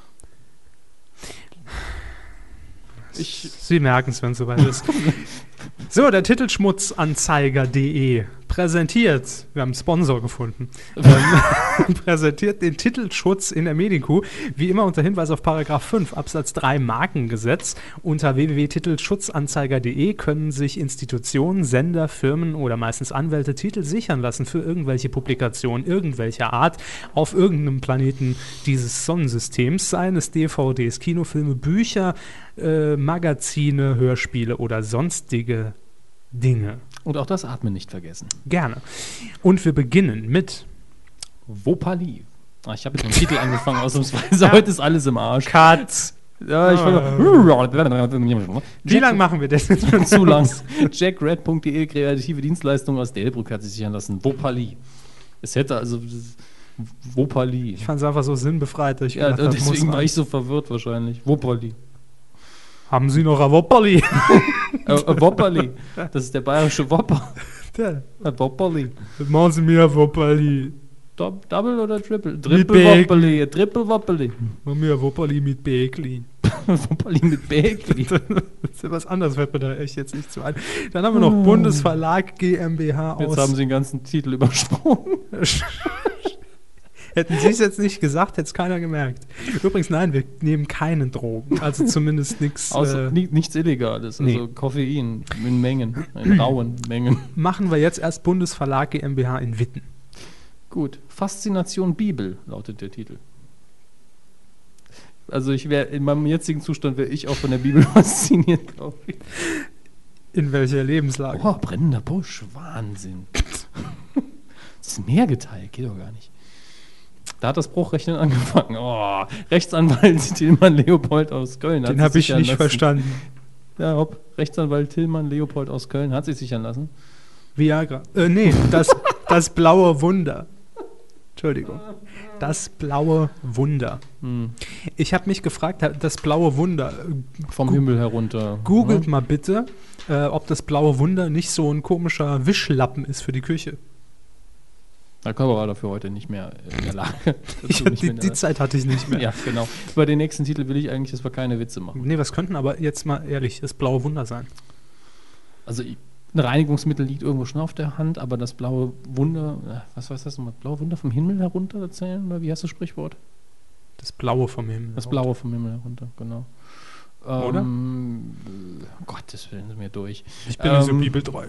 Ich, Sie merken es, wenn es soweit ist. So, der Titelschmutzanzeiger punkt de präsentiert, wir haben einen Sponsor gefunden, ähm, präsentiert den Titelschutz in der Medienkuh, wie immer unter Hinweis auf Paragraph fünf Absatz drei Markengesetz. Unter w w w punkt titelschutzanzeiger punkt de können sich Institutionen, Sender, Firmen oder meistens Anwälte Titel sichern lassen für irgendwelche Publikationen irgendwelcher Art auf irgendeinem Planeten dieses Sonnensystems, seien es D V Ds, Kinofilme, Bücher, äh, Magazine, Hörspiele oder sonstige Dinge. und auch das Atmen nicht vergessen. Gerne. Und wir beginnen mit Wopali. Ah, ich habe jetzt mit dem Titel angefangen, ausnahmsweise. Heute ist alles im Arsch. Katz. Ja, ich Ah. Wie lange machen wir das jetzt schon? Zu lang. jackred punkt de, kreative Dienstleistung aus Delbrück, hat sich sichern lassen. Wopali. Es hätte also Wopali. Ich fand es einfach so sinnbefreit, dass ich Ja, gedacht hab, deswegen muss war ich so verwirrt wahrscheinlich. Wopali. Haben Sie noch ein Wopperli? Äh, äh, Wopperli. Das ist der bayerische Wopper. Ja. Äh, Wopperli. Machen Sie mir ein Wopperli. Dob- Double oder Triple? Mit Triple Bacon. Wopperli. Triple Wopperli. Machen wir ein Wopperli mit Bäckli. Wopperli mit Bäckli. Was anderes fällt mir da echt jetzt nicht zu ein. Dann haben wir noch Bundesverlag GmbH aus. Jetzt haben sie den ganzen Titel übersprungen. Hätten Sie es jetzt nicht gesagt, hätte es keiner gemerkt. Übrigens, nein, wir nehmen keine Drogen. Also zumindest nichts. Außer, Äh, ni- nichts Illegales. Also nee. Koffein in Mengen. In rauen Mengen. machen wir jetzt erst Bundesverlag GmbH in Witten. Gut. Faszination Bibel lautet der Titel. Also ich wäre in meinem jetzigen Zustand wäre ich auch von der Bibel fasziniert, glaube ich. In welcher Lebenslage? Oh, brennender Busch. Wahnsinn. Das ist mehr geteilt. Geht doch gar nicht. Da hat das Bruchrechnen angefangen. Oh, Rechtsanwalt Tillmann Leopold aus Köln. hat Den sich habe ich sichern nicht lassen. verstanden. Ja, hopp. Rechtsanwalt Tillmann Leopold aus Köln hat sich sichern lassen. Viagra. Äh, nee, das, das blaue Wunder. Entschuldigung. Das blaue Wunder. Hm. Ich habe mich gefragt, das blaue Wunder. äh, Vom Gu- Himmel herunter. Googelt Ja. mal bitte, äh, ob das blaue Wunder nicht so ein komischer Wischlappen ist für die Küche. Der Körper war dafür heute nicht mehr in der Lage. Ich, dazu, nicht die, mehr in die der- Zeit hatte ich nicht mehr. Ja, genau. Über den nächsten Titel will ich eigentlich, dass wir keine Witze machen. Nee, was könnten aber jetzt mal ehrlich das blaue Wunder sein? Also ich- ein Reinigungsmittel liegt irgendwo schon auf der Hand, aber das blaue Wunder, äh, was heißt das nochmal? Blaue Wunder vom Himmel herunter erzählen? Oder wie heißt das Sprichwort? Das blaue vom Himmel. Das Blaue vom Himmel herunter, genau. Oder? Ähm, äh, Gottes Willen, sind wir durch. Ich bin nicht so Ähm, bibeltreu.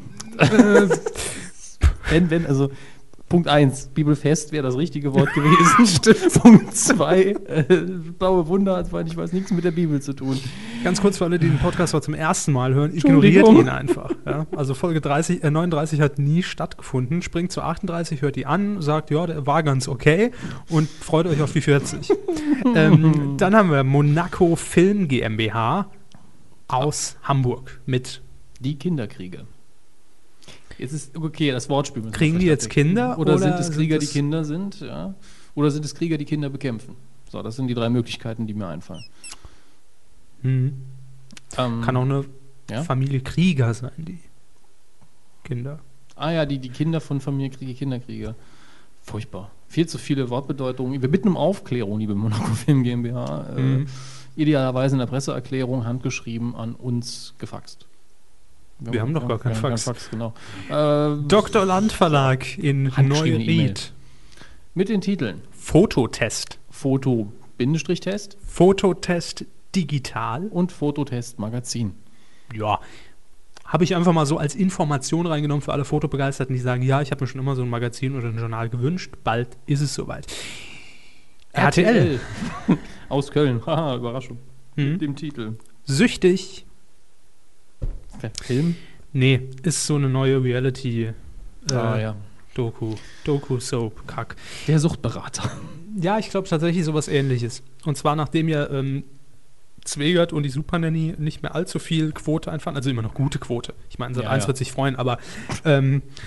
Wenn, wenn, also Punkt eins, Bibelfest wäre das richtige Wort gewesen. Punkt zwei, äh, Blaue Wunder hat, weil ich weiß, nichts mit der Bibel zu tun. Ganz kurz für alle, die den Podcast heute zum ersten Mal hören, ignoriert Entschuldigung. ihn einfach. Ja? Also Folge dreißig, äh, neununddreißig hat nie stattgefunden. Springt zu achtunddreißig, hört die an, sagt, ja, der war ganz okay und freut euch auf die vierzig. ähm, dann haben wir Monaco Film GmbH aus Hamburg mit. Die Kinderkriege. Jetzt ist, okay, das Wortspiel. müssen wir Kriegen die vielleicht jetzt abdecken. Kinder, Oder, oder sind es sind Krieger, die es- Kinder sind? Ja. Oder sind es Krieger, die Kinder bekämpfen? So, das sind die drei Möglichkeiten, die mir einfallen. Hm. Ähm, Kann auch eine ja? Familie Krieger sein, die Kinder. Ah ja, die, die Kinder von Familie Kriege, Kinderkriege. Furchtbar. Viel zu viele Wortbedeutungen. Wir bitten um Aufklärung, liebe Monaco Film GmbH. Äh, Mhm. Idealerweise in der Presseerklärung, handgeschrieben, an uns gefaxt. Wir haben doch gar keinen keinen Fax. genau. Äh, Doktor Land Verlag in Handgeschriebene E-Mail. Neuried. mit den Titeln Fototest. Foto-Test Fototest digital. und Fototest Magazin. Ja, habe ich einfach mal so als Information reingenommen für alle Fotobegeisterten, die sagen, ja, ich habe mir schon immer so ein Magazin oder ein Journal gewünscht. Bald ist es soweit. R T L. Aus Köln. Haha, Überraschung. Hm. Mit dem Titel. Süchtig. Film? Nee, ist so eine neue Reality äh, ah ja. Doku. Doku-Soap, Kack. Der Suchtberater. Ja, ich glaube tatsächlich sowas ähnliches. Und zwar nachdem ja ähm, Zwegert und die Supernanny nicht mehr allzu viel Quote einfahren, also immer noch gute Quote. Ich meine, seit Ja, eins ja. wird sich freuen, aber ähm,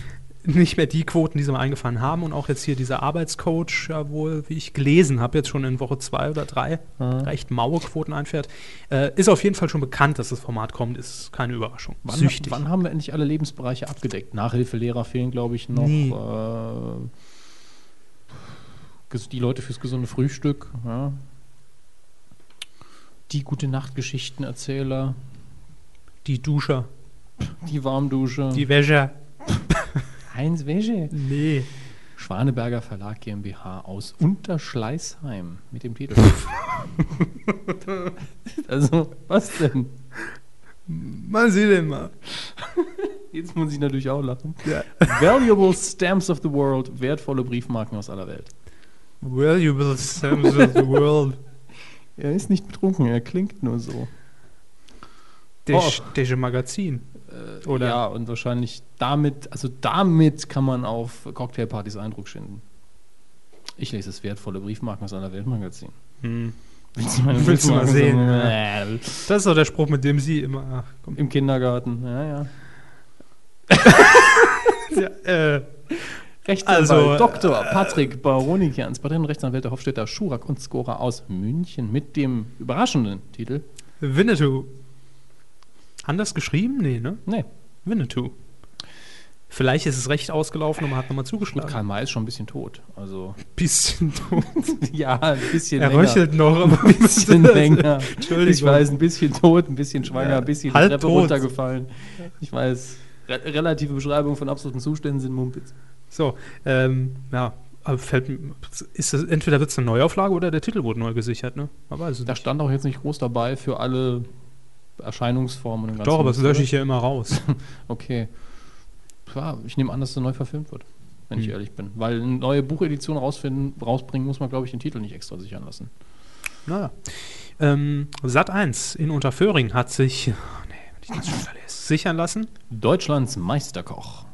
nicht mehr die Quoten, die sie mal eingefahren haben. Und auch jetzt hier dieser Arbeitscoach, ja wohl, wie ich gelesen habe, jetzt schon in Woche zwei oder drei, Mhm. recht maue Quoten einfährt. Äh, ist auf jeden Fall schon bekannt, dass das Format kommt, ist keine Überraschung. Wann, Süchtig. wann haben wir endlich alle Lebensbereiche abgedeckt? Nachhilfelehrer fehlen, glaube ich, noch. Nie. Äh, ges- die Leute fürs gesunde Frühstück. Ja. Die gute Nachtgeschichtenerzähler. Die Duscher, Die Warmdusche. die Wäscher. Heinz Wäsche. Nee. Schwaneberger Verlag GmbH aus Unterschleißheim mit dem Titel. Also, was denn? Man sieht den mal. Jetzt muss ich natürlich auch lachen. Ja. Valuable Stamps of the World, wertvolle Briefmarken aus aller Welt. Valuable stamps of the world. Er ist nicht betrunken, er klingt nur so. Das Oh. das Magazin. Äh, Oder- Ja, und wahrscheinlich damit, also damit kann man auf Cocktailpartys Eindruck schinden. Ich lese das wertvolle Briefmarken aus aller Welt Magazin. Hm. Willst du, meine Willst du mal Briefmarken sehen, so- Äh, Das ist doch der Spruch, mit dem sie immer. Ach, komm. Im Kindergarten, ja, ja. Ja, äh, Rechtsanwalt Also, Doktor Patrick Baronikians, Patentenrechtsanwälte Hofstetter, Schurak und Skora aus München mit dem überraschenden Titel. Winnetou. Anders geschrieben? Nee, ne? Nee, Winnetou. Vielleicht ist es recht ausgelaufen und man hat nochmal gut, zugeschlagen. Karl May ist schon ein bisschen tot. Also, Bisschen tot. ja, ein bisschen Er länger. röchelt noch, aber Ein bisschen länger. Entschuldigung. Ich weiß, ein bisschen tot, ein bisschen schwanger, Ja, ein bisschen halb die Treppe tot. runtergefallen. Ich weiß, re relative Beschreibung von absoluten Zuständen sind Mumpitz. So, ähm, ja. Aber fällt, mir- ist das, entweder wird es eine Neuauflage oder der Titel wurde neu gesichert, ne? Man weiß es Da nicht. stand auch jetzt nicht groß dabei für alle Erscheinungsformen. Und den Doch, aber das ganzen lösche Mist, ich ja immer raus. oder? Okay. Ja, ich nehme an, dass es neu verfilmt wird, wenn ich Hm. ehrlich bin. Weil eine neue Buchedition rausfinden, rausbringen, muss man, glaube ich, den Titel nicht extra sichern lassen. Naja. Ähm, Sat eins in Unterföhring hat sich, oh nee, wenn ich das schon wieder lese, sichern lassen. Deutschlands Meisterkoch.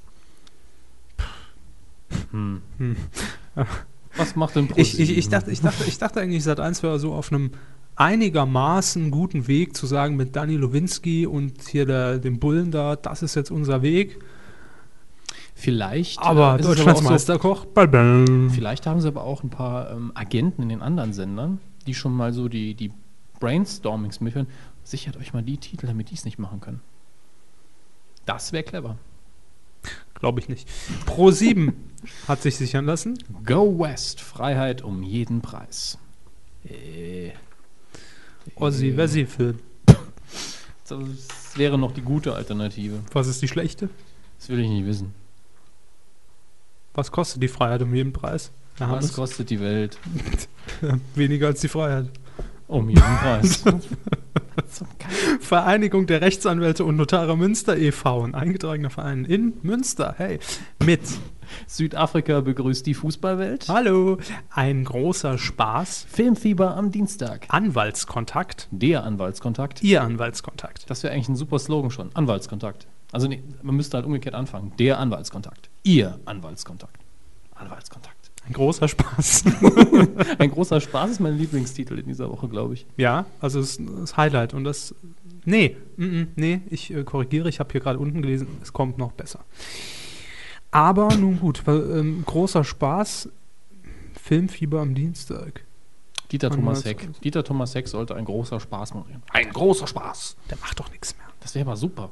Hm. Hm. Was macht denn Ich, ich, ProSieben? ich, dachte, ich, dachte, ich dachte eigentlich, Sat eins wäre so auf einem einigermaßen guten Weg zu sagen, mit Dani Lowinski und hier der, dem Bullen da, das ist jetzt unser Weg. Vielleicht. Aber äh, ist es Deutschlands auch so- Meisterkoch, balbam. Vielleicht haben sie aber auch ein paar ähm, Agenten in den anderen Sendern, die schon mal so die, die Brainstormings mitführen. Sichert euch mal die Titel, damit die es nicht machen können. Das wäre clever. Glaube ich nicht. Pro sieben hat sich sichern lassen. Go West, Freiheit um jeden Preis. Äh, Ossi, Wessi Film. das wäre noch die gute Alternative. Was ist die schlechte? Das will ich nicht wissen. Was kostet die Freiheit um jeden Preis? Wir haben Was es. kostet die Welt? Weniger als die Freiheit. Um jeden Preis. Zum Kack. Vereinigung der Rechtsanwälte und Notare Münster e V, ein eingetragener Verein in Münster. Hey, mit. Südafrika begrüßt die Fußballwelt. Hallo, ein großer Spaß. Filmfieber am Dienstag. Anwaltskontakt. Der Anwaltskontakt. Ihr Anwaltskontakt. Das wäre eigentlich ein super Slogan schon. Anwaltskontakt. Also nee, man müsste halt umgekehrt anfangen. Der Anwaltskontakt. Ihr Anwaltskontakt. Anwaltskontakt. Ein großer Spaß. Ein großer Spaß ist mein Lieblingstitel in dieser Woche, glaube ich. Ja, also es ist das Highlight. Und das. Nee, mm, mm, nee, ich äh, korrigiere. Ich habe hier gerade unten gelesen, es kommt noch besser. Aber nun gut, weil, ähm, großer Spaß. Filmfieber am Dienstag. Dieter Thomas Heck. Anwaltskontakt. Dieter Thomas Heck sollte ein großer Spaß moderieren. Ein großer Spaß. Der macht doch nichts mehr. Das wäre aber super.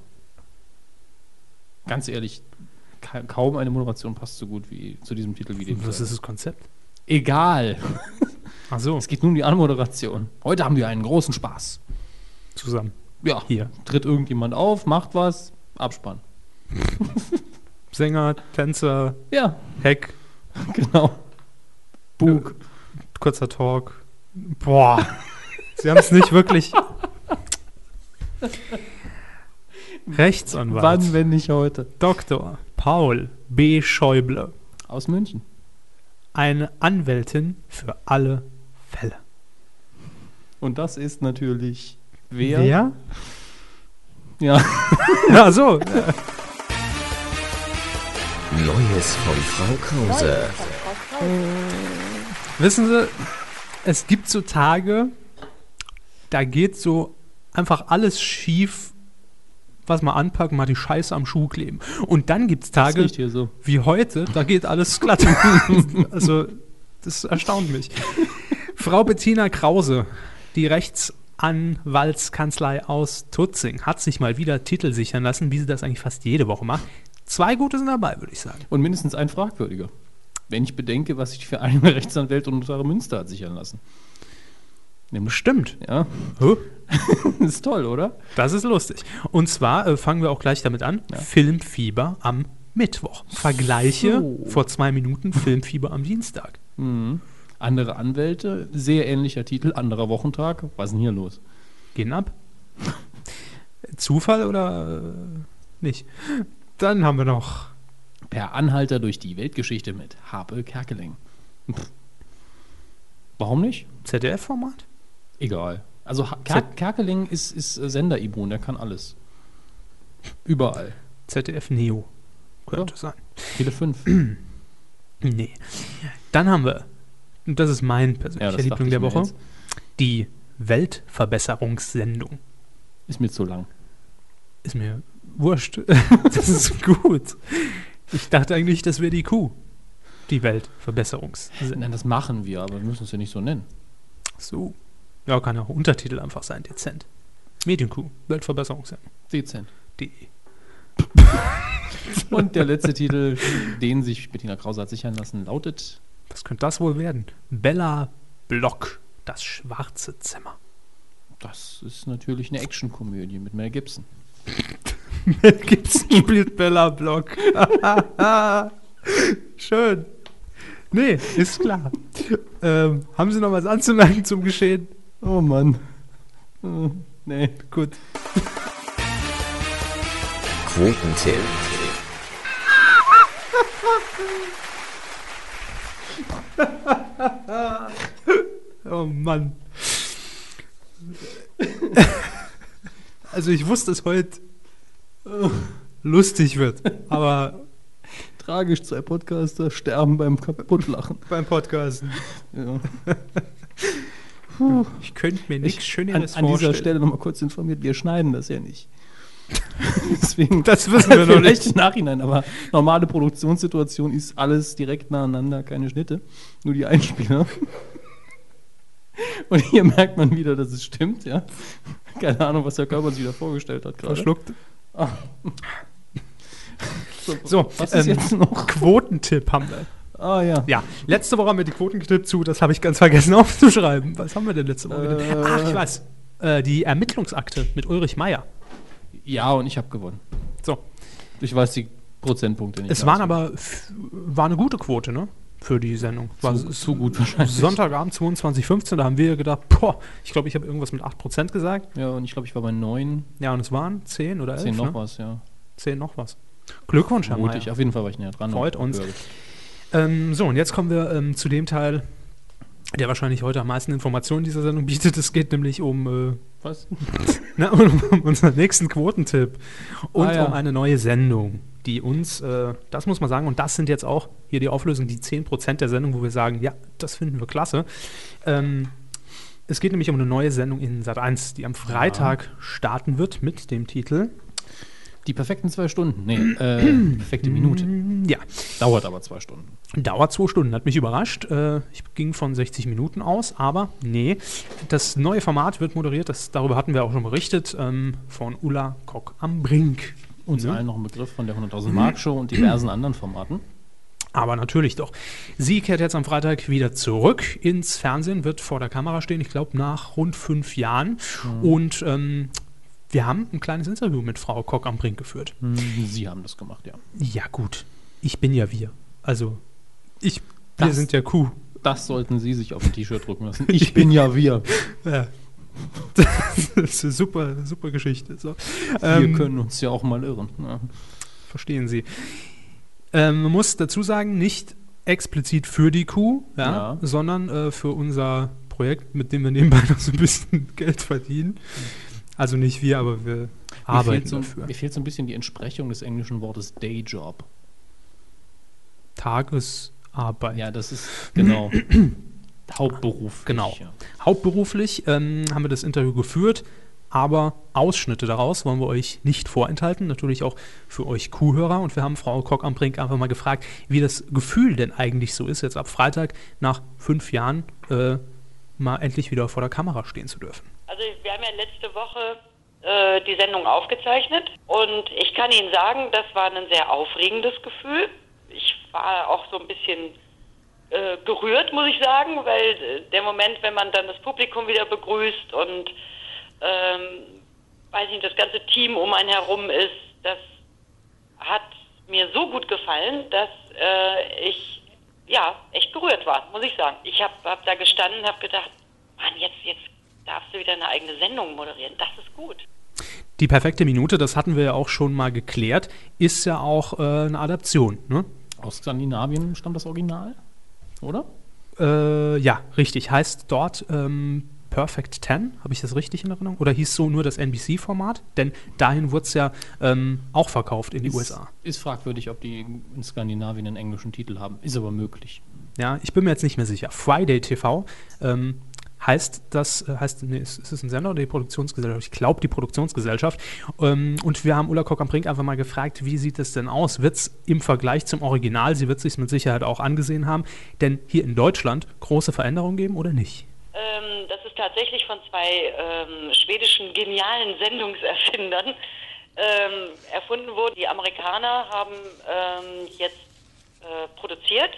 Ganz ehrlich, ka kaum eine Moderation passt so gut wie zu diesem Titel wie dem. Was ist das Konzept? Egal. Ach so, Es geht nun um die Anmoderation. Heute haben wir einen großen Spaß. zusammen. Ja. Hier. Tritt irgendjemand auf, macht was, Abspann. Sänger, Tänzer, Ja, Heck, genau. Bug. kurzer Talk. Boah. Sie haben es nicht wirklich. Rechtsanwalt. Wann, wenn nicht heute? Doktor Paul B. Schäuble. Aus München. Eine Anwältin für alle Fälle. Und das ist natürlich wer? Wer? Ja. Ja, so. Neues von Frau Krause. Wissen Sie, es gibt so Tage, da geht so einfach alles schief, was mal anpacken, mal die Scheiße am Schuh kleben. Und dann gibt es Tage riecht hier so. wie heute, da geht alles glatt. Also, das erstaunt mich. Frau Bettina Krause, die Rechtsanwaltskanzlei aus Tutzing, hat sich mal wieder Titel sichern lassen, wie sie das eigentlich fast jede Woche macht. Zwei gute sind dabei, würde ich sagen. Und mindestens ein fragwürdiger. Wenn ich bedenke, was sich für eine Rechtsanwältin unter Münster hat sichern lassen. Nämlich, Stimmt. ja. Huh? Das ist toll, oder? Das ist lustig. Und zwar äh, fangen wir auch gleich damit an. Ja. Filmfieber am Mittwoch. Vergleiche So. vor zwei Minuten Filmfieber am Dienstag. Mhm. Andere Anwälte, sehr ähnlicher Titel, anderer Wochentag. Was ist denn hier los? Gehen ab. Zufall oder äh, nicht? Dann haben wir noch Per Anhalter durch die Weltgeschichte mit Harpe Kerkeling. Pff. Warum nicht? Z D F-Format. Egal. Also Ha- Ker Z- Kerkeling ist, ist äh, Sender-Ibun, der kann alles. Überall. Z D F Neo. Könnte sein. Tele fünf. Nee. Dann haben wir, und das ist mein persönlicher Ja, das dachte Liebling ich der mir Woche, jetzt. die Weltverbesserungssendung. Ist mir zu lang. Ist mir wurscht. Das ist gut. Ich dachte eigentlich, das wäre die Kuh. Die Weltverbesserungssendung. Nein, das machen wir, aber wir müssen es ja nicht so nennen. So. Ja, kann auch Untertitel einfach sein, dezent. Medienkuh, Weltverbesserungssendung. Dezent. De. Und der letzte Titel, den sich Bettina Krause hat sichern lassen, lautet Was könnte das wohl werden? Bella Block, das schwarze Zimmer. Das ist natürlich eine Actionkomödie mit Mel Gibson. Mel Gibson spielt Bella Block. Schön. Nee, ist klar. ähm, haben Sie noch was anzumerken zum Geschehen? Oh Mann. Äh, nee. Gut. Quotentipp. Oh Mann. Also ich wusste, dass heute äh, lustig wird, aber Tragisch, zwei Podcaster sterben beim Kaputtlachen. beim Podcasten. Ja. Ich könnte mir nichts An, Schöneres an dieser vorstellen. Stelle nochmal kurz informiert, wir schneiden das ja nicht. Deswegen, Das wissen wir noch vielleicht nicht. im Nachhinein, aber normale Produktionssituation ist alles direkt nacheinander, keine Schnitte, nur die Einspieler. Und hier merkt man wieder, dass es stimmt, ja. Keine Ahnung, was der Körper sich wieder vorgestellt hat gerade. Verschluckt. So, So, was ist ähm, jetzt noch? Quotentipp haben wir. Ah ja. Ja, letzte Woche haben wir die Quoten getippt zu, das habe ich ganz vergessen aufzuschreiben. Was haben wir denn letzte Woche Äh. getippt? Ach, ich weiß. Äh, die Ermittlungsakte mit Ulrich Meier. Ja, und ich habe gewonnen. So. Ich weiß die Prozentpunkte nicht. Es waren aber, f- war eine gute Quote, ne? Für die Sendung. War zu, s- zu gut wahrscheinlich. Sonntagabend zweiundzwanzig Uhr fünfzehn, da haben wir gedacht, boah, ich glaube, ich habe irgendwas mit acht Prozent gesagt. Ja, und ich glaube, ich war bei neun, Ja, und es waren zehn oder elf, zehn noch ne? was, ja. zehn noch was. Glückwunsch, Herr Mutig, Meier. auf jeden Fall war ich näher dran. Freut uns. Wirklich. Ähm, so, und jetzt kommen wir ähm, zu dem Teil, der wahrscheinlich heute am meisten Informationen dieser Sendung bietet. Es geht nämlich um, äh, Was? na, um, um unseren nächsten Quotentipp und Ah, ja. um eine neue Sendung, die uns, äh, das muss man sagen, und das sind jetzt auch hier die Auflösung, die zehn Prozent der Sendung, wo wir sagen, ja, das finden wir klasse. Ähm, es geht nämlich um eine neue Sendung in Sat eins, die am Freitag starten wird mit dem Titel Die perfekten zwei Stunden. Nee, äh, perfekte Minute. Ja, Dauert aber zwei Stunden. dauert zwei Stunden, hat mich überrascht. Äh, ich ging von sechzig Minuten aus, aber nee. Das neue Format wird moderiert, das, darüber hatten wir auch schon berichtet, ähm, von Ulla Kock am Brink. Uns Ja. allen noch ein Begriff von der hunderttausend Mark Show und diversen anderen Formaten. Aber natürlich doch. Sie kehrt jetzt am Freitag wieder zurück ins Fernsehen, wird vor der Kamera stehen, ich glaube nach rund fünf Jahren. Und ähm, wir haben ein kleines Interview mit Frau Kock am Brink geführt. Sie haben das gemacht, ja. Ja gut, ich bin ja wir. Also, ich, wir Das- sind ja Kuh. Das sollten Sie sich auf ein T-Shirt drucken lassen. Ich bin ja wir. Ja. Das ist eine super, super Geschichte. So. Wir Ähm, können uns ja auch mal irren. Ja. Verstehen Sie. Ähm, man muss dazu sagen, nicht explizit für die Kuh, ja, Ja. sondern äh, für unser Projekt, mit dem wir nebenbei noch so ein bisschen Geld verdienen. Also nicht wir, aber wir Mir arbeiten fehlt, so, dafür. mir fehlt so ein bisschen die Entsprechung des englischen Wortes Dayjob. Tagesarbeit. Ja, das ist genau Hauptberuf. Genau. Ja. Hauptberuflich ähm, haben wir das Interview geführt, aber Ausschnitte daraus wollen wir euch nicht vorenthalten, natürlich auch für euch Kuhhörer. Und wir haben Frau Kock am Brink einfach mal gefragt, wie das Gefühl denn eigentlich so ist, jetzt ab Freitag nach fünf Jahren äh, mal endlich wieder vor der Kamera stehen zu dürfen. Also wir haben ja letzte Woche äh, die Sendung aufgezeichnet und ich kann Ihnen sagen, das war ein sehr aufregendes Gefühl. Ich war auch so ein bisschen äh, gerührt, muss ich sagen, weil äh, der Moment, wenn man dann das Publikum wieder begrüßt und ähm, weiß nicht, das ganze Team um einen herum ist, das hat mir so gut gefallen, dass äh, ich ja echt gerührt war, muss ich sagen. Ich habe hab da gestanden und habe gedacht, Mann, jetzt, jetzt darfst du wieder eine eigene Sendung moderieren, das ist gut. Die perfekte Minute, das hatten wir ja auch schon mal geklärt, ist ja auch äh, eine Adaption, ne? Aus Skandinavien stammt das Original, oder? Äh, ja, richtig. Heißt dort ähm, Perfect Ten, habe ich das richtig in Erinnerung? Oder hieß so nur das N B C-Format? Denn dahin wurde es ja ähm, auch verkauft in die ist, U S A. Ist fragwürdig, ob die in Skandinavien einen englischen Titel haben. Ist aber möglich. Ja, ich bin mir jetzt nicht mehr sicher. Friday T V ähm, heißt das, äh, heißt, nee, ist, ist es ein Sender oder die Produktionsgesellschaft? Ich glaube, die Produktionsgesellschaft. Ähm, und wir haben Ulla Kock am Brink einfach mal gefragt, wie sieht es denn aus? Wird es im Vergleich zum Original, sie wird es sich mit Sicherheit auch angesehen haben, denn hier in Deutschland große Veränderungen geben oder nicht? Ähm, das ist tatsächlich von zwei ähm, schwedischen genialen Sendungserfindern ähm, erfunden worden. Die Amerikaner haben ähm, jetzt äh, produziert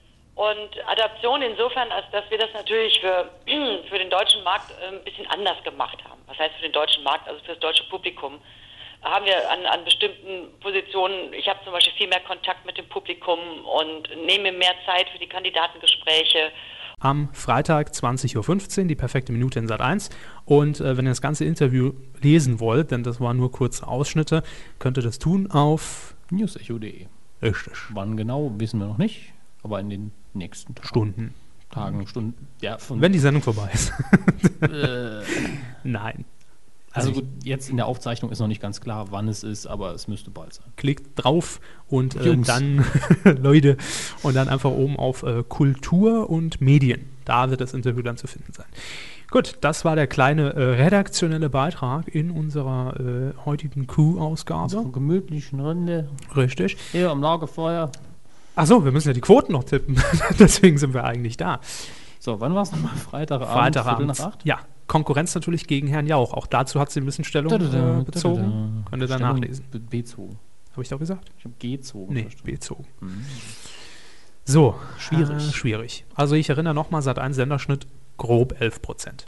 und Adaption insofern, als dass wir das natürlich für, für den deutschen Markt äh, ein bisschen anders gemacht haben. Was heißt für den deutschen Markt, also für das deutsche Publikum? Haben wir an, an bestimmten Positionen, ich habe zum Beispiel viel mehr Kontakt mit dem Publikum und nehme mehr Zeit für die Kandidatengespräche. Am Freitag zwanzig Uhr fünfzehn, die perfekte Minute in Sat eins. Und äh, wenn ihr das ganze Interview lesen wollt, denn das waren nur kurze Ausschnitte, könnt ihr das tun auf newsecho punkt de. Richtig. Wann genau, wissen wir noch nicht, aber in den nächsten Tagen. Stunden. Tagen, Stunden, ja. Von wenn die Sendung vorbei ist. äh, Nein. Also gut, jetzt in der Aufzeichnung ist noch nicht ganz klar, wann es ist, aber es müsste bald sein. Klickt drauf und äh, dann, Leute, und dann einfach oben auf äh, Kultur und Medien. Da wird das Interview dann zu finden sein. Gut, das war der kleine äh, redaktionelle Beitrag in unserer äh, heutigen Q-Ausgabe. So eine gemütlichen Runde. Richtig. Hier am Lagerfeuer. Achso, wir müssen ja die Quoten noch tippen. Deswegen sind wir eigentlich da. So, wann war es nochmal? Freitagabend? Freitagabend. Viertel nach acht? Ja. Konkurrenz natürlich gegen Herrn Jauch. Auch dazu hat sie ein bisschen Stellung äh, bezogen. Könnt ihr dann nachlesen. Bezogen. Habe ich doch gesagt? Ich habe gezogen. Nee, bezogen. Mhm. So. Schwierig. Äh, schwierig. Also ich erinnere nochmal, Sat eins Senderschnitt grob elf Prozent.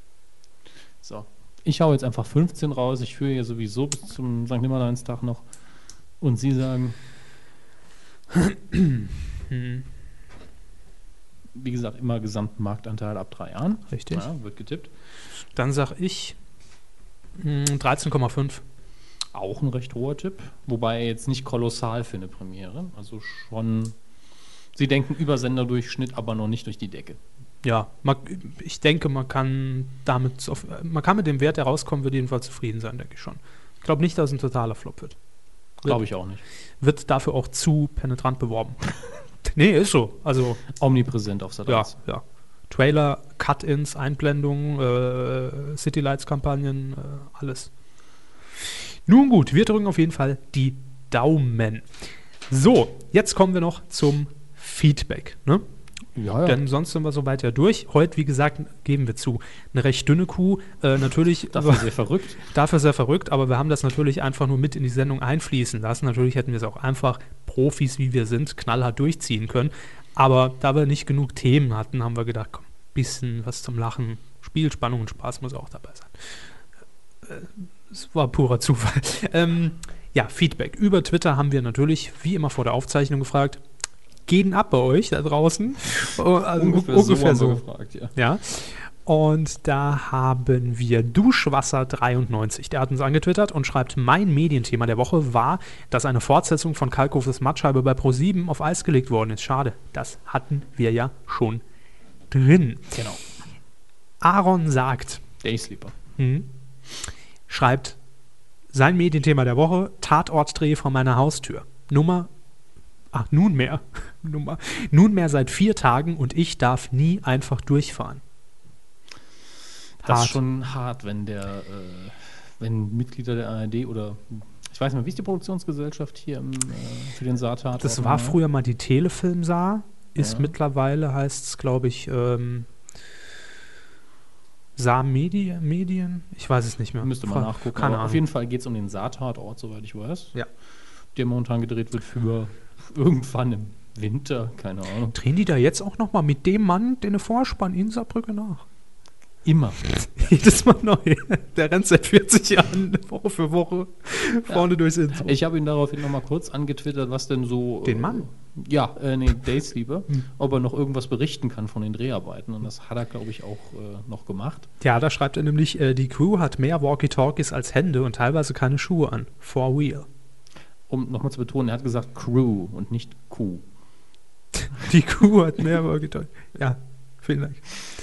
So. Ich hau jetzt einfach fünfzehn raus. Ich führe hier sowieso bis zum Sankt Nimmerleinstag noch. Und Sie sagen... hm. Wie gesagt, immer gesamten Marktanteil ab drei Jahren. Richtig. Ja, wird getippt. Dann sage ich mh, dreizehn Komma fünf. Auch ein recht hoher Tipp. Wobei jetzt nicht kolossal für eine Premiere. Also schon, Sie denken über Senderdurchschnitt, aber noch nicht durch die Decke. Ja, man, ich denke, man kann damit, auf, man kann mit dem Wert, der rauskommen wird, jedenfalls zufrieden sein, denke ich schon. Ich glaube nicht, dass es ein totaler Flop wird. Glaube ich auch nicht. Wird dafür auch zu penetrant beworben. Nee, ist so. Also omnipräsent auf Sat eins. Ja, ja. Trailer, Cut-ins, Einblendungen, äh, City Lights-Kampagnen, äh, alles. Nun gut, wir drücken auf jeden Fall die Daumen. So, jetzt kommen wir noch zum Feedback. Ne? Ja, ja. Denn sonst sind wir soweit ja durch. Heute, wie gesagt, geben wir zu. Eine recht dünne Kuh. Äh, natürlich dafür sehr verrückt. Dafür sehr verrückt, aber wir haben das natürlich einfach nur mit in die Sendung einfließen lassen. Natürlich hätten wir es auch einfach Profis, wie wir sind, knallhart durchziehen können. Aber da wir nicht genug Themen hatten, haben wir gedacht, komm, bisschen was zum Lachen. Spielspannung und Spaß muss auch dabei sein. Es war purer Zufall. ähm, ja, Feedback. Über Twitter haben wir natürlich, wie immer vor der Aufzeichnung, gefragt, gehen ab bei euch da draußen. Also ungefähr, ungefähr so. so. Gefragt, ja. ja. Und da haben wir Duschwasser dreiundneunzig. Der hat uns angetwittert und schreibt, mein Medienthema der Woche war, dass eine Fortsetzung von Kalkhofes Mattscheibe bei ProSieben auf Eis gelegt worden ist. Schade, das hatten wir ja schon drin. Genau. Aaron sagt, Daysleeper. Hm, schreibt, sein Medienthema der Woche, Tatortdreh vor meiner Haustür. Nummer Ach, nunmehr. Nummer. Nunmehr seit vier Tagen und ich darf nie einfach durchfahren. Das Hart. ist schon hart, wenn der, äh, wenn Mitglieder der A R D oder ich weiß nicht mehr, wie ist die Produktionsgesellschaft hier im, äh, für den Saartat? Das war früher mal die Telefilm Saar, ist Ja. mittlerweile, heißt es, glaube ich, ähm, Saar Medi Medien? Ich weiß es nicht mehr. Müsste man Fra- nachgucken. Keine Aber Ahnung. auf jeden Fall geht es um den Saartatort, soweit ich weiß. Ja. Der momentan gedreht wird für irgendwann im Winter, keine Ahnung. Drehen die da jetzt auch noch mal mit dem Mann, den Vorspann in Saarbrücke nach? Immer. Jedes Mal neu. Der rennt seit vierzig Jahren Woche für Woche vorne durchs Intro. Ich habe ihn daraufhin noch mal kurz angetwittert, was denn so... Den Mann? Äh, ja, äh, nee, Daysleeper. Ob er noch irgendwas berichten kann von den Dreharbeiten. Und das hat er, glaube ich, auch äh, noch gemacht. Ja, da schreibt er nämlich, äh, die Crew hat mehr Walkie-Talkies als Hände und teilweise keine Schuhe an. For real. Um nochmal zu betonen, er hat gesagt Crew und nicht Kuh. Die Crew hat mehr Walkie-Talkies. Ja, vielen Dank.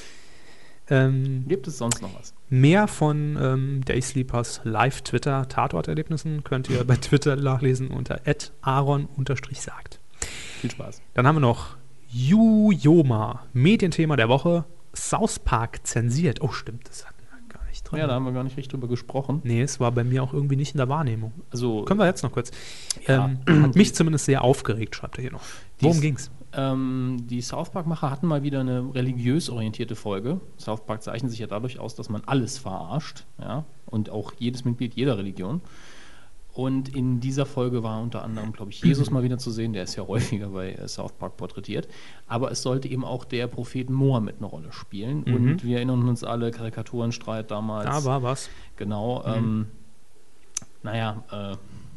Ähm, Gibt es sonst noch was? mehr von ähm, Daysleepers Live-Twitter-Tatorterlebnissen könnt ihr bei Twitter nachlesen unter at aaron sagt. Viel Spaß. Dann haben wir noch Jujoma, Medienthema der Woche, South Park zensiert. Oh, stimmt, das hatten wir gar nicht drin. Ja, da haben wir gar nicht richtig drüber gesprochen. Nee, es war bei mir auch irgendwie nicht in der Wahrnehmung. Also, Können wir jetzt noch kurz. Ja. Ähm, hat mich zumindest sehr aufgeregt, schreibt er hier noch. Worum Dies- ging's? Ähm, die South Park-Macher hatten mal wieder eine religiös orientierte Folge. South Park zeichnet sich ja dadurch aus, dass man alles verarscht, ja, und auch jedes Mitglied jeder Religion. Und in dieser Folge war unter anderem, glaube ich, Jesus mal wieder zu sehen, der ist ja häufiger bei äh, South Park porträtiert. Aber es sollte eben auch der Prophet Mohammed eine Rolle spielen. Mhm. Und wir erinnern uns alle, Karikaturenstreit damals. Da war was. Genau. Ähm, naja, äh,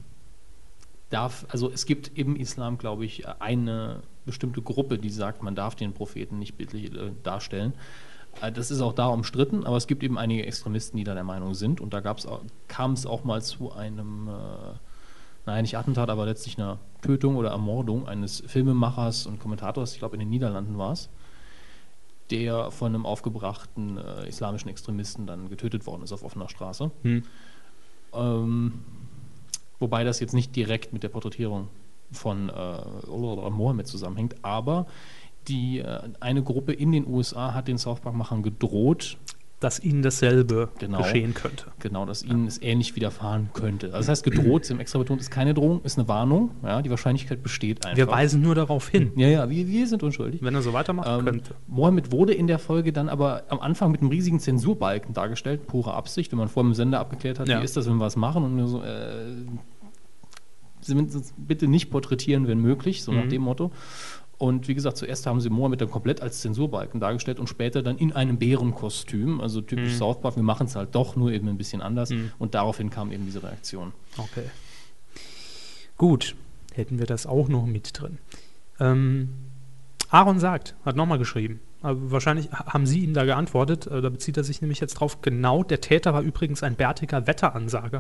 darf, also es gibt im Islam, glaube ich, eine bestimmte Gruppe, die sagt, man darf den Propheten nicht bildlich äh, darstellen. Äh, das ist auch da umstritten, aber es gibt eben einige Extremisten, die da der Meinung sind. Und da gab's auch, kam es auch mal zu einem, äh, naja, nicht Attentat, aber letztlich einer Tötung oder Ermordung eines Filmemachers und Kommentators, ich glaube in den Niederlanden war es, der von einem aufgebrachten äh, islamischen Extremisten dann getötet worden ist auf offener Straße. Hm. Ähm, wobei das jetzt nicht direkt mit der Porträtierung von äh, Mohammed zusammenhängt, aber die, äh, eine Gruppe in den U S A hat den South Park-Machern gedroht, Dass ihnen dasselbe Genau. geschehen könnte. genau, dass ihnen es ähnlich widerfahren könnte. Also das heißt, gedroht, im extra betont, ist keine Drohung, ist eine Warnung, ja, die Wahrscheinlichkeit besteht einfach. Wir weisen nur darauf hin, ja, ja, wir, wir sind unschuldig. wenn er so weitermacht, Ähm, könnte. Mohammed wurde in der Folge dann aber am Anfang mit einem riesigen Zensurbalken dargestellt, pure Absicht, wenn man vorher im Sender abgeklärt hat, Ja. wie ist das, wenn wir was machen und nur so, äh, Sie müssen uns bitte nicht porträtieren, wenn möglich, so nach Mhm. dem Motto. Und wie gesagt, zuerst haben sie Mohammed dann komplett als Zensurbalken dargestellt und später dann in einem Bärenkostüm, also typisch Mhm. South Park, wir machen es halt doch nur eben ein bisschen anders Mhm. und daraufhin kam eben diese Reaktion. Okay. Gut, hätten wir das auch noch mit drin. Ähm, Aaron sagt, hat nochmal geschrieben. Aber wahrscheinlich ha- haben Sie ihm da geantwortet. Äh, da bezieht er sich nämlich jetzt drauf. Genau, der Täter war übrigens ein bärtiger Wetteransager.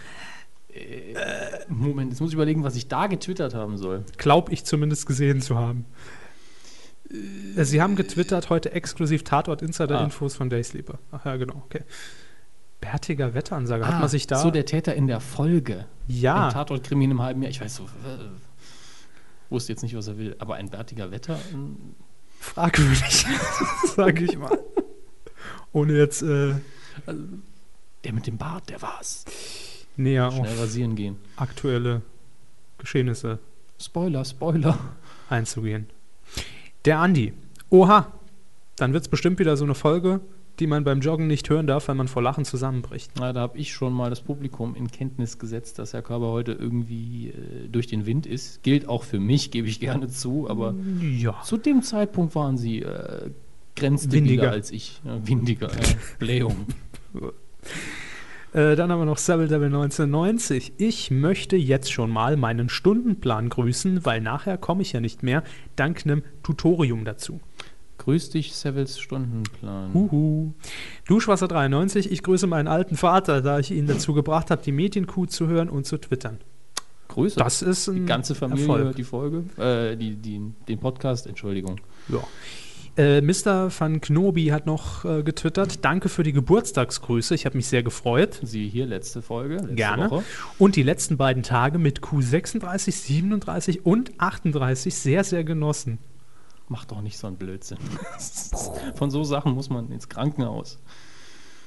Moment, jetzt muss ich überlegen, was ich da getwittert haben soll. Glaub ich zumindest gesehen zu haben. Äh, Sie haben getwittert, heute exklusiv Tatort-Insider-Infos von Daysleeper. Ach ja, genau, okay. Bärtiger Wetteransager, hat man sich da... so der Täter in der Folge. ja, Ein Tatort-Krimi in einem halben Jahr. Ich weiß so, äh, wusste jetzt nicht, was er will, aber ein bärtiger Wetter. äh, fragwürdig, sage ich mal. Ohne jetzt äh, Also, der mit dem Bart, der war's. näher Schnell auf rasieren gehen. aktuelle Geschehnisse Spoiler, Spoiler. einzugehen. Der Andi. Oha, dann wird es bestimmt wieder so eine Folge, die man beim Joggen nicht hören darf, weil man vor Lachen zusammenbricht. Na, da habe ich schon mal das Publikum in Kenntnis gesetzt, dass Herr Körber heute irgendwie äh, durch den Wind ist. Gilt auch für mich, gebe ich gerne zu, aber Ja. zu dem Zeitpunkt waren sie äh, grenzdebiler Windiger. als ich. Ja, windiger, äh, Blähung. Äh, dann haben wir noch Seville Devil neunzehnhundertneunzig. Ich möchte jetzt schon mal meinen Stundenplan grüßen, weil nachher komme ich ja nicht mehr, dank einem Tutorium dazu. Grüß dich, Sevils Stundenplan. Huhu. Duschwasser dreiundneunzig. Ich grüße meinen alten Vater, da ich ihn dazu gebracht habe, die Medienkuh zu hören und zu twittern. Grüße. Das ist ein die ganze Familie Erfolg. hört die Folge, äh, die, die, den Podcast, Entschuldigung. Ja. Äh, Mister Van Knobi hat noch äh, getwittert. Danke für die Geburtstagsgrüße. Ich habe mich sehr gefreut. Sie hier, letzte Folge, letzte Gerne. Woche. Und die letzten beiden Tage mit Q sechsunddreißig, siebenunddreißig und achtunddreißig sehr, sehr genossen. Mach doch nicht so einen Blödsinn. Von so Sachen muss man ins Krankenhaus.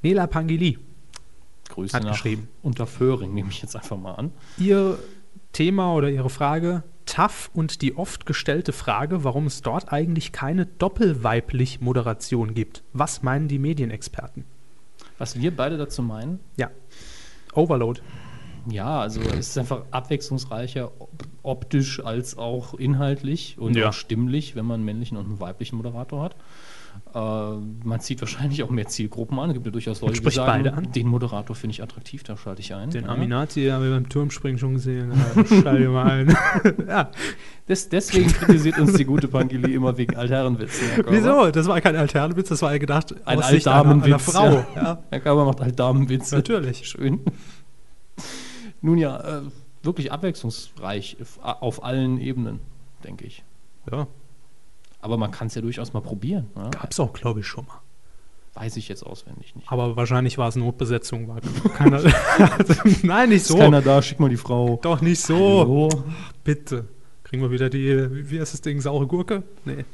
Nela Pangili Grüße hat nach geschrieben. Unterföhring, nehme ich jetzt einfach mal an. Ihr Thema oder Ihre Frage, T A F und die oft gestellte Frage, warum es dort eigentlich keine Doppelweiblich-Moderation gibt. Was meinen die Medienexperten? Was wir beide dazu meinen, Ja, Overload. ja, also es ist einfach abwechslungsreicher op- optisch als auch inhaltlich und Ja. auch stimmlich, wenn man einen männlichen und einen weiblichen Moderator hat. Äh, man zieht wahrscheinlich auch mehr Zielgruppen an. Es gibt ja durchaus Leute, die spricht sagen, beide an. den Moderator finde ich attraktiv, da schalte ich ein. Den ja. Aminati haben wir beim Turmspringen schon gesehen. Ja, schall mal ein. Ja. Des, deswegen kritisiert uns die gute Pangili immer wegen Altherrenwitzen. Herr Körber. Wieso? Das war kein Altherrenwitz, das war ja gedacht Ein aus Sicht einer, einer Altdamenwitz. Frau. Ja. Ja. Herr Körber macht Altdamenwitze. Natürlich. Schön. Nun ja, äh, wirklich abwechslungsreich f- auf allen Ebenen, denke ich. Ja, Aber man kann es ja durchaus mal probieren. Ja? gab's auch, glaube ich, schon mal. Weiß ich jetzt auswendig nicht. Aber wahrscheinlich war es Notbesetzung. War keiner, nein, nicht Ist so. keiner da, schick mal die Frau. Doch nicht so. Hallo. Bitte. Kriegen wir wieder die, wie wie heißt das Ding, saure Gurke? Nee.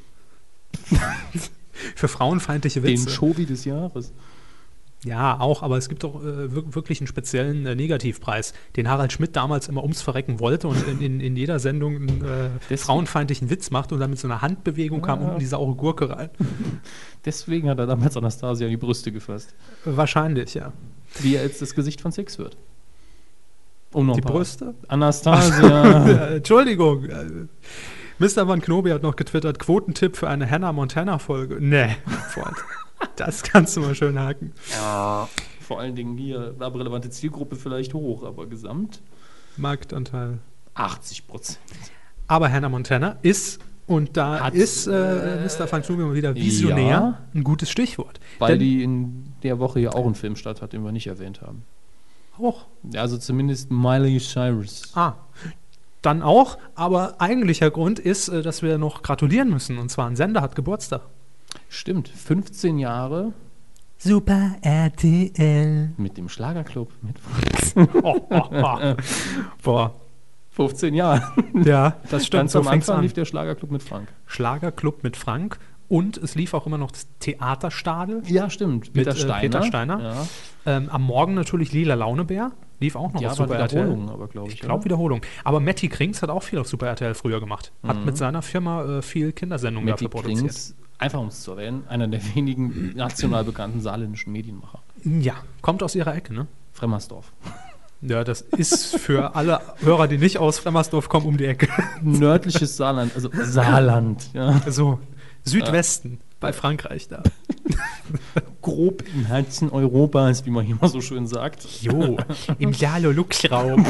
Für frauenfeindliche Den Witze. Schobi des Jahres. Ja, auch, aber es gibt auch äh, wir- wirklich einen speziellen äh, Negativpreis, den Harald Schmidt damals immer ums Verrecken wollte und in, in, in jeder Sendung einen äh, Deswegen- frauenfeindlichen Witz macht und dann mit so einer Handbewegung kam Ja. unten die saure Gurke rein. Deswegen hat er damals Anastasia an die Brüste gefasst. Wahrscheinlich, ja. Wie er jetzt das Gesicht von Six wird. Um noch Die ein paar- Brüste? Anastasia. Ja, Entschuldigung. äh, Mister Van Knobi hat noch getwittert, Quotentipp für eine Hannah Montana-Folge. Nee, Freund. Das kannst du mal schön haken. Vor allen Dingen hier, relevante Zielgruppe vielleicht hoch, aber gesamt Marktanteil. achtzig Prozent. Aber Hannah Montana ist, und da Hat, ist äh, äh, Mister Van Knobi mal wieder visionär, ja. ein gutes Stichwort. Weil Denn die in der Woche ja auch einen Film statt hat, den wir nicht erwähnt haben. auch. Ja, also zumindest Miley Cyrus. Ah, dann auch, aber eigentlicher Grund ist, äh, dass wir noch gratulieren müssen. Und zwar ein Sender hat Geburtstag. Stimmt, fünfzehn Jahre Super R T L. mit dem Schlagerclub mit Oh, oh, oh. Boah, fünfzehn Jahren. ja, das stimmt. Ganz So am fängt's Anfang an. lief der Schlagerclub mit Frank. Schlagerclub mit Frank. Und es lief auch immer noch das Theaterstadel. Ja, stimmt. Mit, Peter äh, Steiner. Peter Steiner. Ja, Ähm, am Morgen natürlich Lila Launebär. Lief auch noch ja auf aber Super R T L. Wiederholung, aber glaube ich. Ich glaube oder? Wiederholung. Aber Matti Krings hat auch viel auf Super R T L früher gemacht. Hat Mhm. mit seiner Firma äh, viel Kindersendungen Matti dafür produziert. Krings, einfach um es zu erwähnen, einer der wenigen national bekannten saarländischen Medienmacher. Ja, kommt aus ihrer Ecke, ne? Fremmersdorf. Ja, das ist für alle Hörer, die nicht aus Fremmersdorf kommen, um die Ecke. Nördliches Saarland, also Saarland. Ja. So, Südwesten, bei Frankreich da. Grob im Herzen Europas, wie man hier mal so schön sagt. Jo, im Jalo-Lux-Raum.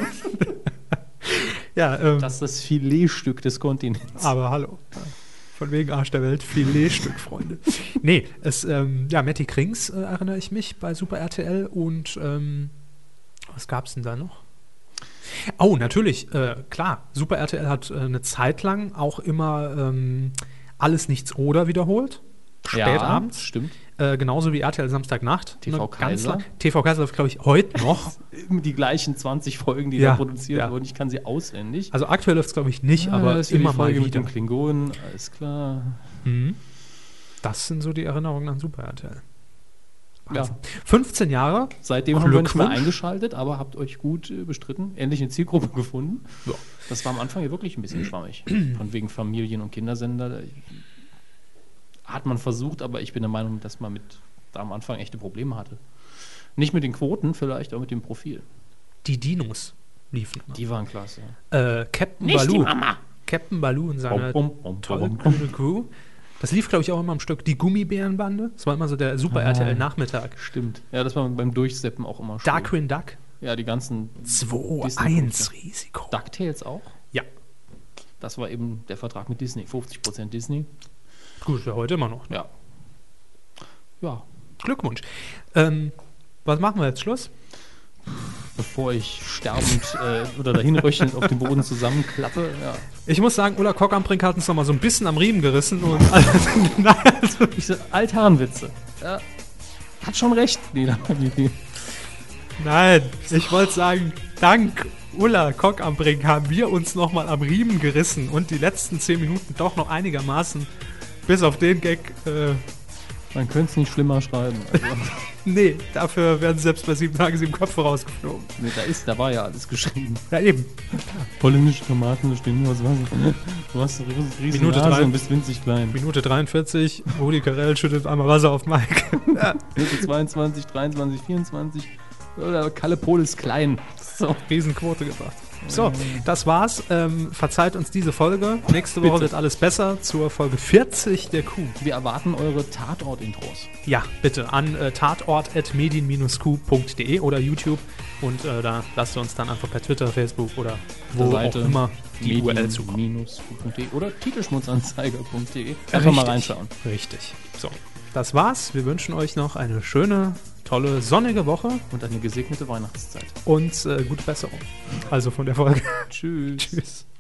Ja, ähm, Das ist das Filetstück des Kontinents. aber hallo. Von wegen Arsch der Welt, Filetstück, Freunde. Nee, es, ähm, ja, Matti Krings äh, erinnere ich mich bei Super R T L und ähm, was gab's denn da noch? Oh, natürlich, äh, klar, Super R T L hat äh, eine Zeit lang auch immer ähm, Alles Nichts oder wiederholt. Spät abends. Stimmt. Äh, genauso wie R T L Samstagnacht. T V Eine ganz Kaiser. lang- T V Kaiser läuft, glaube ich, heute noch. Die gleichen zwanzig Folgen, die Ja, da produziert ja. wurden. Ich kann sie auswendig. Also aktuell läuft es, glaube ich, nicht, aber das ist immer die mal Folge mit wieder. dem Klingonen, alles klar. Mhm. Das sind so die Erinnerungen an Super R T L. Ja. Wahnsinn. fünfzehn Jahre. Seitdem haben wir nicht mehr Glückwunsch. eingeschaltet, aber habt euch gut äh, bestritten. Endlich eine Zielgruppe gefunden. Ja. Das war am Anfang ja wirklich ein bisschen schwammig. Von wegen Familien- und Kindersender. Da hat man versucht, aber ich bin der Meinung, dass man mit da am Anfang echte Probleme hatte. Nicht mit den Quoten vielleicht, aber mit dem Profil. Die Dinos liefen. immer. Die waren klasse. Äh, Captain Nicht die Baloo. Mama. Captain Baloo und seine Bom, bom, bom, tollen bom, bom. coole Crew. Das lief, glaube ich, auch immer am Stück. Die Gummibärenbande. Das war immer so der Super Ah. R T L-Nachmittag. Stimmt. Ja, das war beim Durchseppen auch immer schön. Darkwing Duck. Ja, die ganzen zwei Disney-Produkte. eins Risiko. DuckTales auch. Ja. Das war eben der Vertrag mit Disney. fünfzig Prozent Disney. Gut, ja, heute immer noch. Ja. Ja. Glückwunsch. Ähm, was machen wir jetzt? Schluss? Bevor ich sterbend äh, oder dahinröchelnd auf dem Boden zusammenklappe. Ja. Ich muss sagen, Ulla Kock-Ambrink hat uns noch mal so ein bisschen am Riemen gerissen. Und Nein, also, Ich so, Altherrenwitze. Ja. Hat schon recht, Lena. nein, ich wollte sagen, dank Ulla Kock-Ambrink haben wir uns noch mal am Riemen gerissen und die letzten zehn Minuten doch noch einigermaßen, bis auf den Gag, äh, Man könnte es nicht schlimmer schreiben. Also. Nee, dafür werden selbst bei sieben Tage sieben Köpfe rausgeflogen. Nee, da ist, da war ja alles geschrieben. Ja, eben. Polnische Tomaten, da stehen nur was Wasser. Du hast eine riesen Minute Nase drei. und bist winzig klein. Minute dreiundvierzig, Rudi Carell schüttet einmal Wasser auf Mike. Ja. Minute zweiundzwanzig, dreiundzwanzig, vierundzwanzig. Oder Kalle Pohl ist klein. So. Riesenquote gebracht. So, das war's. Ähm, verzeiht uns diese Folge. Nächste Woche Bitte. wird alles besser zur Folge vierzig der Kuh. Wir erwarten eure Tatort-Intros. Ja, bitte an äh, tatort at medien Bindestrich q punkt de oder YouTube und äh, da lasst ihr uns dann einfach per Twitter, Facebook oder wo Seite auch immer die U R L medien zukommen. Punkt de oder titelschmutzanzeiger Punkt de. Einfach mal reinschauen. Richtig. So, das war's. Wir wünschen euch noch eine schöne, tolle, sonnige Woche Und eine gesegnete Weihnachtszeit. und äh, gute Besserung. Also von der Folge. Tschüss. Tschüss.